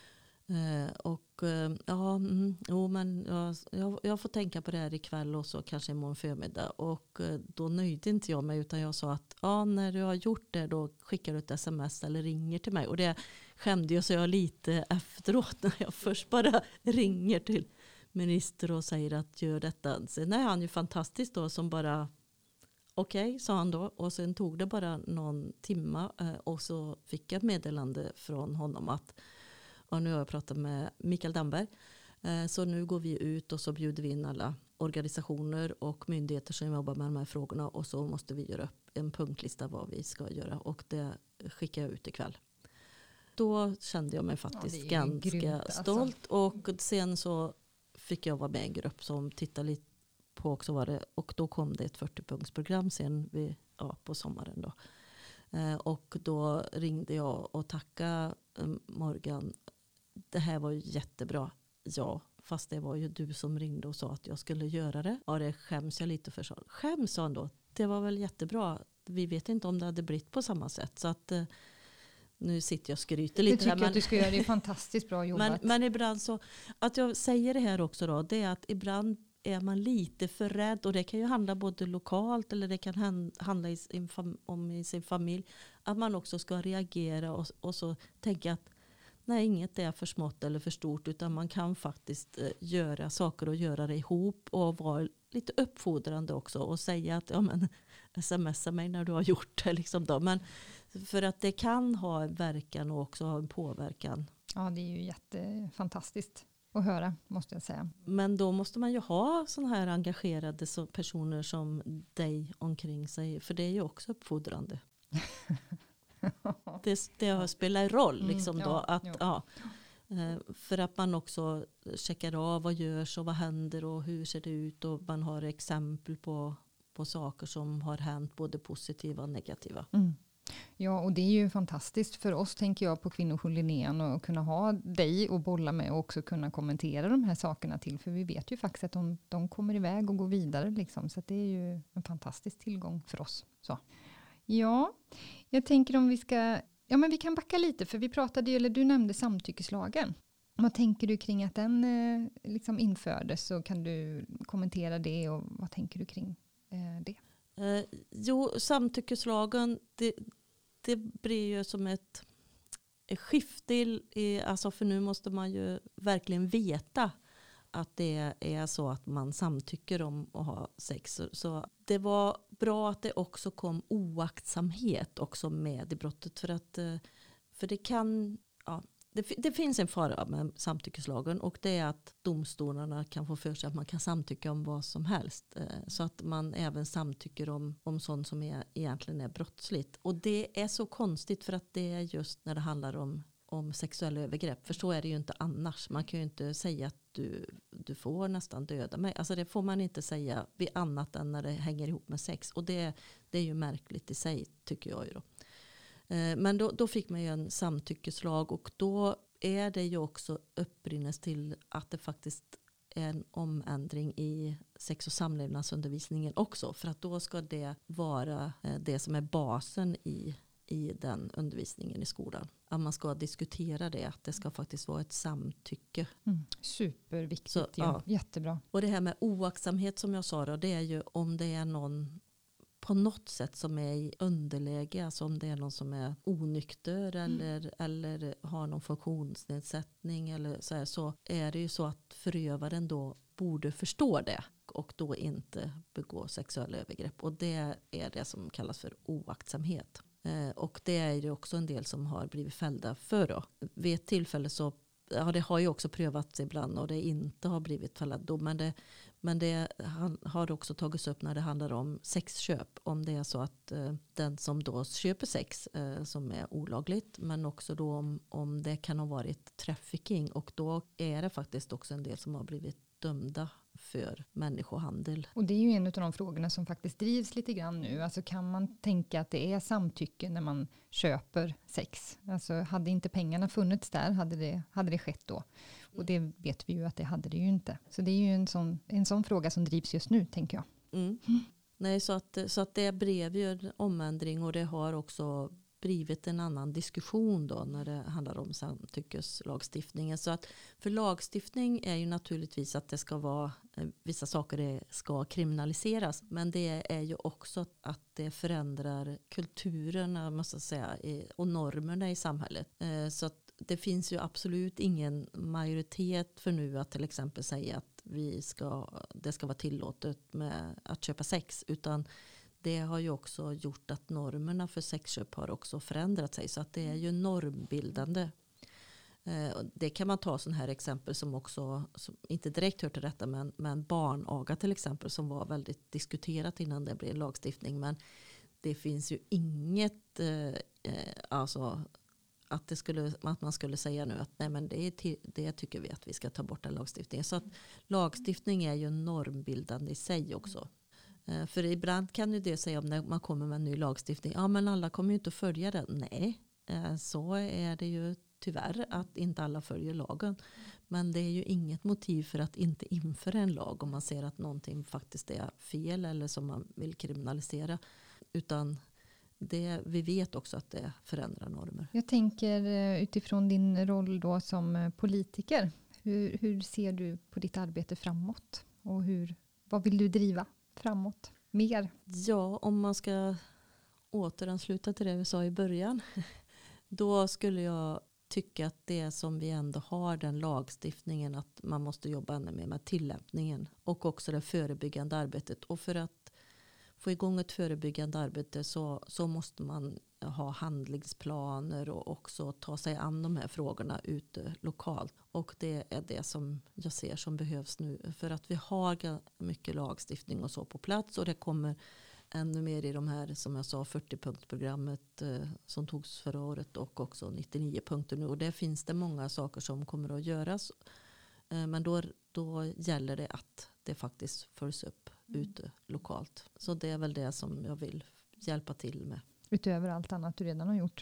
[SPEAKER 1] Uh, och uh, ja, mm, jo, men jag, jag, jag får tänka på det här ikväll och så kanske imorgon förmiddag. Och uh, då nöjde inte jag mig, utan jag sa att ja, när du har gjort det då skickar du ett sms eller ringer till mig. Och det skämde jag så jag lite efteråt, när jag först bara ringer till minister och säger att gör detta. Sen är han ju fantastisk då, som bara okej, okay, sa han då. Och sen tog det bara någon timma uh, och så fick jag ett meddelande från honom att och nu har jag pratat med Mikael Damberg. Eh, så nu går vi ut och så bjuder vi in alla organisationer och myndigheter som jobbar med de här frågorna. Och så måste vi göra upp en punktlista vad vi ska göra. Och det skickar jag ut ikväll. Då kände jag mig faktiskt ja, ganska grymt, stolt. Alltså. Och sen så fick jag vara med i en grupp som tittade lite på också vad det. Och då kom det ett fyrtio-punktsprogram sen vid, ja, på sommaren då. Eh, och då ringde jag och tackade um, Morgan. Det här var ju jättebra. Ja, fast det var ju du som ringde och sa att jag skulle göra det. Ja, det skäms jag lite för. Så. Skäms, sa han då. Det var väl jättebra. Vi vet inte om det hade blivit på samma sätt. Så att uh, nu sitter jag och skryter lite.
[SPEAKER 2] Det tycker
[SPEAKER 1] här,
[SPEAKER 2] jag
[SPEAKER 1] men,
[SPEAKER 2] att du ska göra. Det är fantastiskt bra jobbat.
[SPEAKER 1] men, men ibland så, att jag säger det här också då, det är att ibland är man lite för rädd, och det kan ju handla både lokalt eller det kan handla i sin, om i sin familj, att man också ska reagera och, och så tänka att nej, inget är för smått eller för stort, utan man kan faktiskt eh, göra saker och göra det ihop och vara lite uppfordrande också och säga att ja, men smsa mig när du har gjort det liksom då. Men för att det kan ha en verkan och också ha en påverkan.
[SPEAKER 2] Ja, det är ju jättefantastiskt att höra, måste jag säga.
[SPEAKER 1] Men då måste man ju ha sådana här engagerade personer som dig omkring sig, för det är ju också uppfordrande. det, det spelar roll liksom mm, ja, då att, ja. Ja, för att man också checkar av vad görs och vad händer och hur ser det ut, och man har exempel på, på saker som har hänt, både positiva och negativa.
[SPEAKER 2] Mm. Ja, och det är ju fantastiskt för oss, tänker jag, på Kvinnojouren Linnéan, och kunna ha dig och bolla med och också kunna kommentera de här sakerna till, för vi vet ju faktiskt att de, de kommer iväg och går vidare liksom, så att det är ju en fantastisk tillgång för oss. Så. Ja, jag tänker om vi ska, ja men vi kan backa lite, för vi pratade ju, eller du nämnde samtyckeslagen. Vad tänker du kring att den eh, liksom infördes, så kan du kommentera det, och vad tänker du kring eh, det?
[SPEAKER 1] Eh, jo, samtyckeslagen, det, det blir ju som ett, ett skifte i, alltså för nu måste man ju verkligen veta att det är så att man samtycker om att ha sex. Så det var bra att det också kom oaktsamhet också med i brottet, för att för det kan, ja, det, det finns en fara med samtyckeslagen, och det är att domstolarna kan få för sig att man kan samtycka om vad som helst. Så att man även samtycker om, om sånt som är, egentligen är brottsligt. Och det är så konstigt, för att det är just när det handlar om, om sexuella övergrepp. För så är det ju inte annars. Man kan ju inte säga att du, du får nästan döda mig. Alltså det får man inte säga vid annat än när det hänger ihop med sex. Och det, det är ju märkligt i sig, tycker jag ju då. Men då, då fick man ju en samtyckeslag, och då är det ju också upprinnelse till att det faktiskt är en omändring i sex- och samlevnadsundervisningen också. För att då ska det vara det som är basen i, i den undervisningen i skolan. Att man ska diskutera det, att det ska faktiskt vara ett samtycke.
[SPEAKER 2] Mm, superviktigt,
[SPEAKER 1] Så,
[SPEAKER 2] ja. Jättebra.
[SPEAKER 1] Och det här med oaktsamhet som jag sa då, det är ju om det är någon på något sätt som är i underläge, alltså om det är någon som är onykter mm. eller, eller har någon funktionsnedsättning eller så här, så är det ju så att förövaren då borde förstå det och då inte begå sexuella övergrepp. Och det är det som kallas för oaktsamhet. Eh, och det är ju också en del som har blivit fällda för då. Vid ett tillfälle så, ja, det har ju också prövats ibland och det inte har blivit fällda dom, men det Men det har också tagits upp när det handlar om sexköp. Om det är så att eh, den som då köper sex eh, som är olagligt. Men också då om, om det kan ha varit trafficking. Och då är det faktiskt också en del som har blivit dömda för människohandel.
[SPEAKER 2] Och det är ju en av de frågorna som faktiskt drivs lite grann nu. Alltså kan man tänka att det är samtycke när man köper sex? Alltså hade inte pengarna funnits där, hade det, hade det skett då? Och det vet vi ju att det hade det ju inte. Så det är ju en sån, en sån fråga som drivs just nu, tänker jag.
[SPEAKER 1] Mm. Mm. Nej, så att, så att det blev ju en omändring, och det har också blivit en annan diskussion då när det handlar om samtyckeslagstiftningen. Så att för lagstiftning är ju naturligtvis att det ska vara, vissa saker ska kriminaliseras, men det är ju också att det förändrar kulturen, måste jag säga, och normerna i samhället. Så att det finns ju absolut ingen majoritet för nu att till exempel säga att vi ska, det ska vara tillåtet med att köpa sex, utan det har ju också gjort att normerna för sexköp har också förändrat sig, så att det är ju normbildande. Det kan man ta sån här exempel som också, som inte direkt hör till detta, men, men barnaga till exempel, som var väldigt diskuterat innan det blev lagstiftning, men det finns ju inget eh, alltså att, det skulle, att man skulle säga nu att nej, men det, är till, det tycker vi att vi ska ta bort den lagstiftningen. Så att lagstiftning är ju normbildande i sig också. Eh, för ibland kan ju det säga om när man kommer med en ny lagstiftning, ja men alla kommer ju inte att följa den. Nej, eh, så är det ju tyvärr att inte alla följer lagen. Men det är ju inget motiv för att inte införa en lag om man ser att någonting faktiskt är fel eller som man vill kriminalisera. Utan det, vi vet också att det förändrar normer.
[SPEAKER 2] Jag tänker utifrån din roll då som politiker. Hur, hur ser du på ditt arbete framåt? Och hur, vad vill du driva framåt mer?
[SPEAKER 1] Ja, om man ska återansluta till det vi sa i början. Då skulle jag tycka att det som vi ändå har, den lagstiftningen, att man måste jobba ännu mer med tillämpningen. Och också det förebyggande arbetet. Och för att få igång ett förebyggande arbete så, så måste man ha handlingsplaner och också ta sig an de här frågorna ute lokalt. Och det är det som jag ser som behövs nu. För att vi har mycket lagstiftning och så på plats, och det kommer ännu mer i de här, som jag sa, fyrtio-punktsprogrammet eh, som togs förra året, och också nittionio punkter nu. Och där finns det många saker som kommer att göras. Eh, men då, då gäller det att det faktiskt följs upp ute lokalt. Så det är väl det som jag vill hjälpa till med.
[SPEAKER 2] Utöver allt annat du redan har gjort.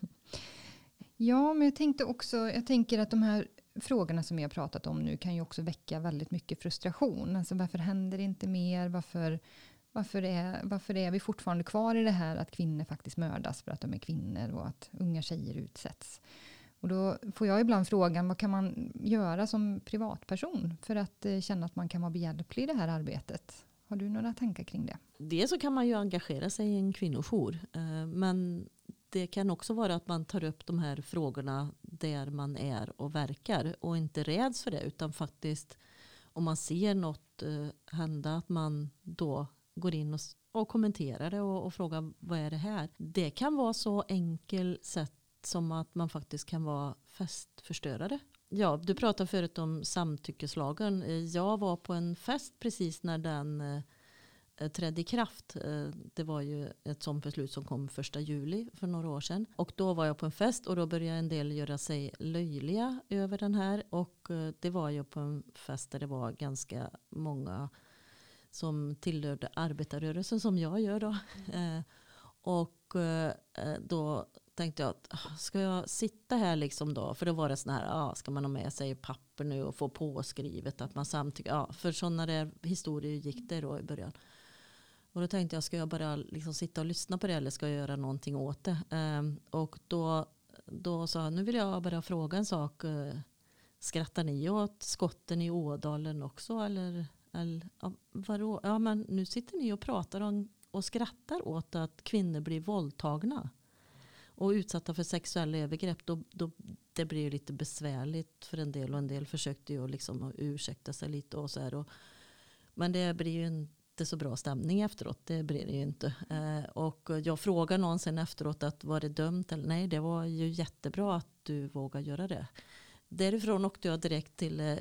[SPEAKER 2] Ja, men jag tänkte också, jag tänker att de här frågorna som vi har pratat om nu kan ju också väcka väldigt mycket frustration. Alltså varför händer det inte mer? Varför, varför, är, varför är vi fortfarande kvar i det här att kvinnor faktiskt mördas för att de är kvinnor och att unga tjejer utsätts? Och då får jag ibland frågan, vad kan man göra som privatperson för att eh, känna att man kan vara behjälplig i det här arbetet? Har du några tankar kring det?
[SPEAKER 1] Dels så kan man ju engagera sig i en kvinnojour. Eh, men det kan också vara att man tar upp de här frågorna där man är och verkar. Och inte räds för det, utan faktiskt om man ser något eh, hända, att man då går in och, och kommenterar det och, och frågar vad är det här? Det kan vara så enkelt sätt som att man faktiskt kan vara festförstörare. Ja, du pratade förut om samtyckeslagen. Jag var på en fest precis när den eh, trädde i kraft. Eh, det var ju ett sånt beslut som kom första juli för några år sedan. Och då var jag på en fest och då började en del göra sig löjliga över den här. Och eh, det var ju på en fest där det var ganska många som tillhörde arbetarrörelsen som jag gör då. Eh, och eh, då tänkte jag, att ska jag sitta här liksom då? För då var det sån här, ah, ska man ha med sig papper nu och få påskrivet att man samtycker? Ja, för sådana där historier gick det då i början. Och då tänkte jag, ska jag bara liksom sitta och lyssna på det eller ska jag göra någonting åt det? Eh, och då, då sa jag, nu vill jag bara fråga en sak. Eh, skrattar ni åt skotten i Ådalen också? Eller, eller ja, vadå? Ja, men nu sitter ni och pratar om och skrattar åt att kvinnor blir våldtagna och utsatta för sexuella övergrepp. Då, då, det blir lite besvärligt för en del och en del försökte ju liksom ursäkta sig lite och så här. Och, men det blir ju inte så bra stämning efteråt. Det blir det ju inte. Eh, och jag frågar någon sen efteråt att var det dömt eller nej, det var ju jättebra att du vågar göra det. Därifrån åkte jag direkt till eh,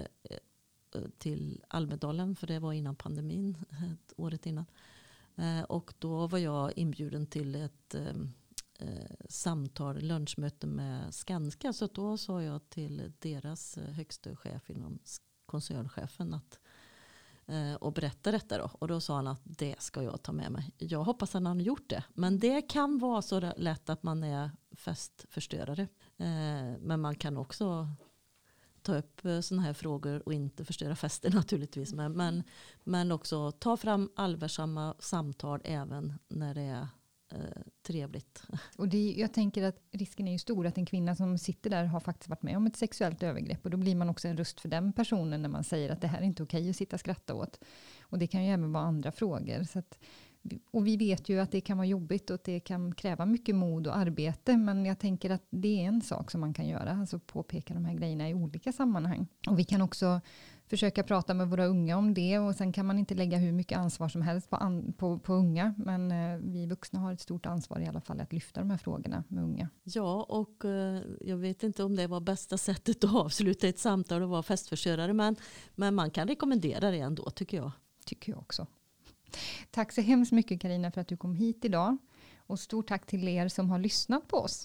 [SPEAKER 1] till Almedalen, för det var innan pandemin, ett året innan. Eh, och då var jag inbjuden till ett eh, samtal, lunchmöte med Skanska. Så då sa jag till deras högsta chef inom koncernchefen att eh, och berätta detta då. Och då sa han att det ska jag ta med mig. Jag hoppas att han har gjort det. Men det kan vara så lätt att man är festförstörare. Eh, men man kan också ta upp sådana här frågor och inte förstöra festen naturligtvis. Men, men, men också ta fram allvarsamma samtal även när det är eh, trevligt.
[SPEAKER 2] Och det, jag tänker att risken är ju stor att en kvinna som sitter där har faktiskt varit med om ett sexuellt övergrepp. Och då blir man också en röst för den personen när man säger att det här är inte okej att sitta och skratta åt. Och det kan ju även vara andra frågor. Så att, och vi vet ju att det kan vara jobbigt och att det kan kräva mycket mod och arbete. Men jag tänker att det är en sak som man kan göra. Alltså påpeka de här grejerna i olika sammanhang. Och vi kan också försöka prata med våra unga om det. Och sen kan man inte lägga hur mycket ansvar som helst på, an, på, på unga. Men eh, vi vuxna har ett stort ansvar i alla fall att lyfta de här frågorna med unga.
[SPEAKER 1] Ja, och eh, jag vet inte om det var bästa sättet att avsluta ett samtal och vara festförstörare. Men, men man kan rekommendera det ändå, tycker jag.
[SPEAKER 2] Tycker jag också. Tack så hemskt mycket, Carina, för att du kom hit idag. Och stort tack till er som har lyssnat på oss.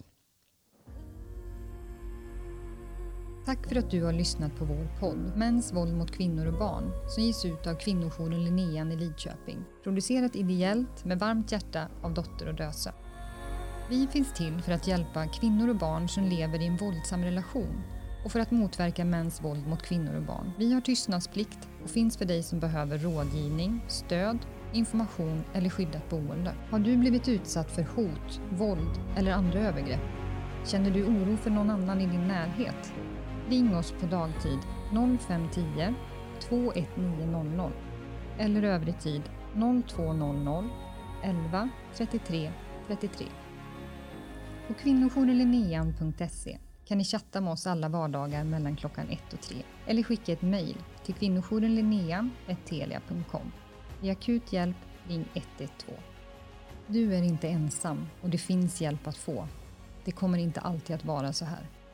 [SPEAKER 2] Tack för att du har lyssnat på vår podd Mäns våld mot kvinnor och barn som ges ut av kvinnojouren Linnean i Lidköping. Producerat ideellt med varmt hjärta av Dotter och Döse. Vi finns till för att hjälpa kvinnor och barn som lever i en våldsam relation och för att motverka mäns våld mot kvinnor och barn. Vi har tystnadsplikt och finns för dig som behöver rådgivning, stöd, information eller skyddat boende. Har du blivit utsatt för hot, våld eller andra övergrepp? Känner du oro för någon annan i din närhet? Ring oss på dagtid noll fem tio två ett nio noll noll eller övrig tid noll två noll noll elva trettiotre trettiotre. På kvinnojouren linnean punkt se kan ni chatta med oss alla vardagar mellan klockan ett och tre eller skicka ett mejl till kvinnojourenlinnean snabel-a telia punkt com. Vid akut hjälp ring ett ett två. Du är inte ensam och det finns hjälp att få. Det kommer inte alltid att vara så här.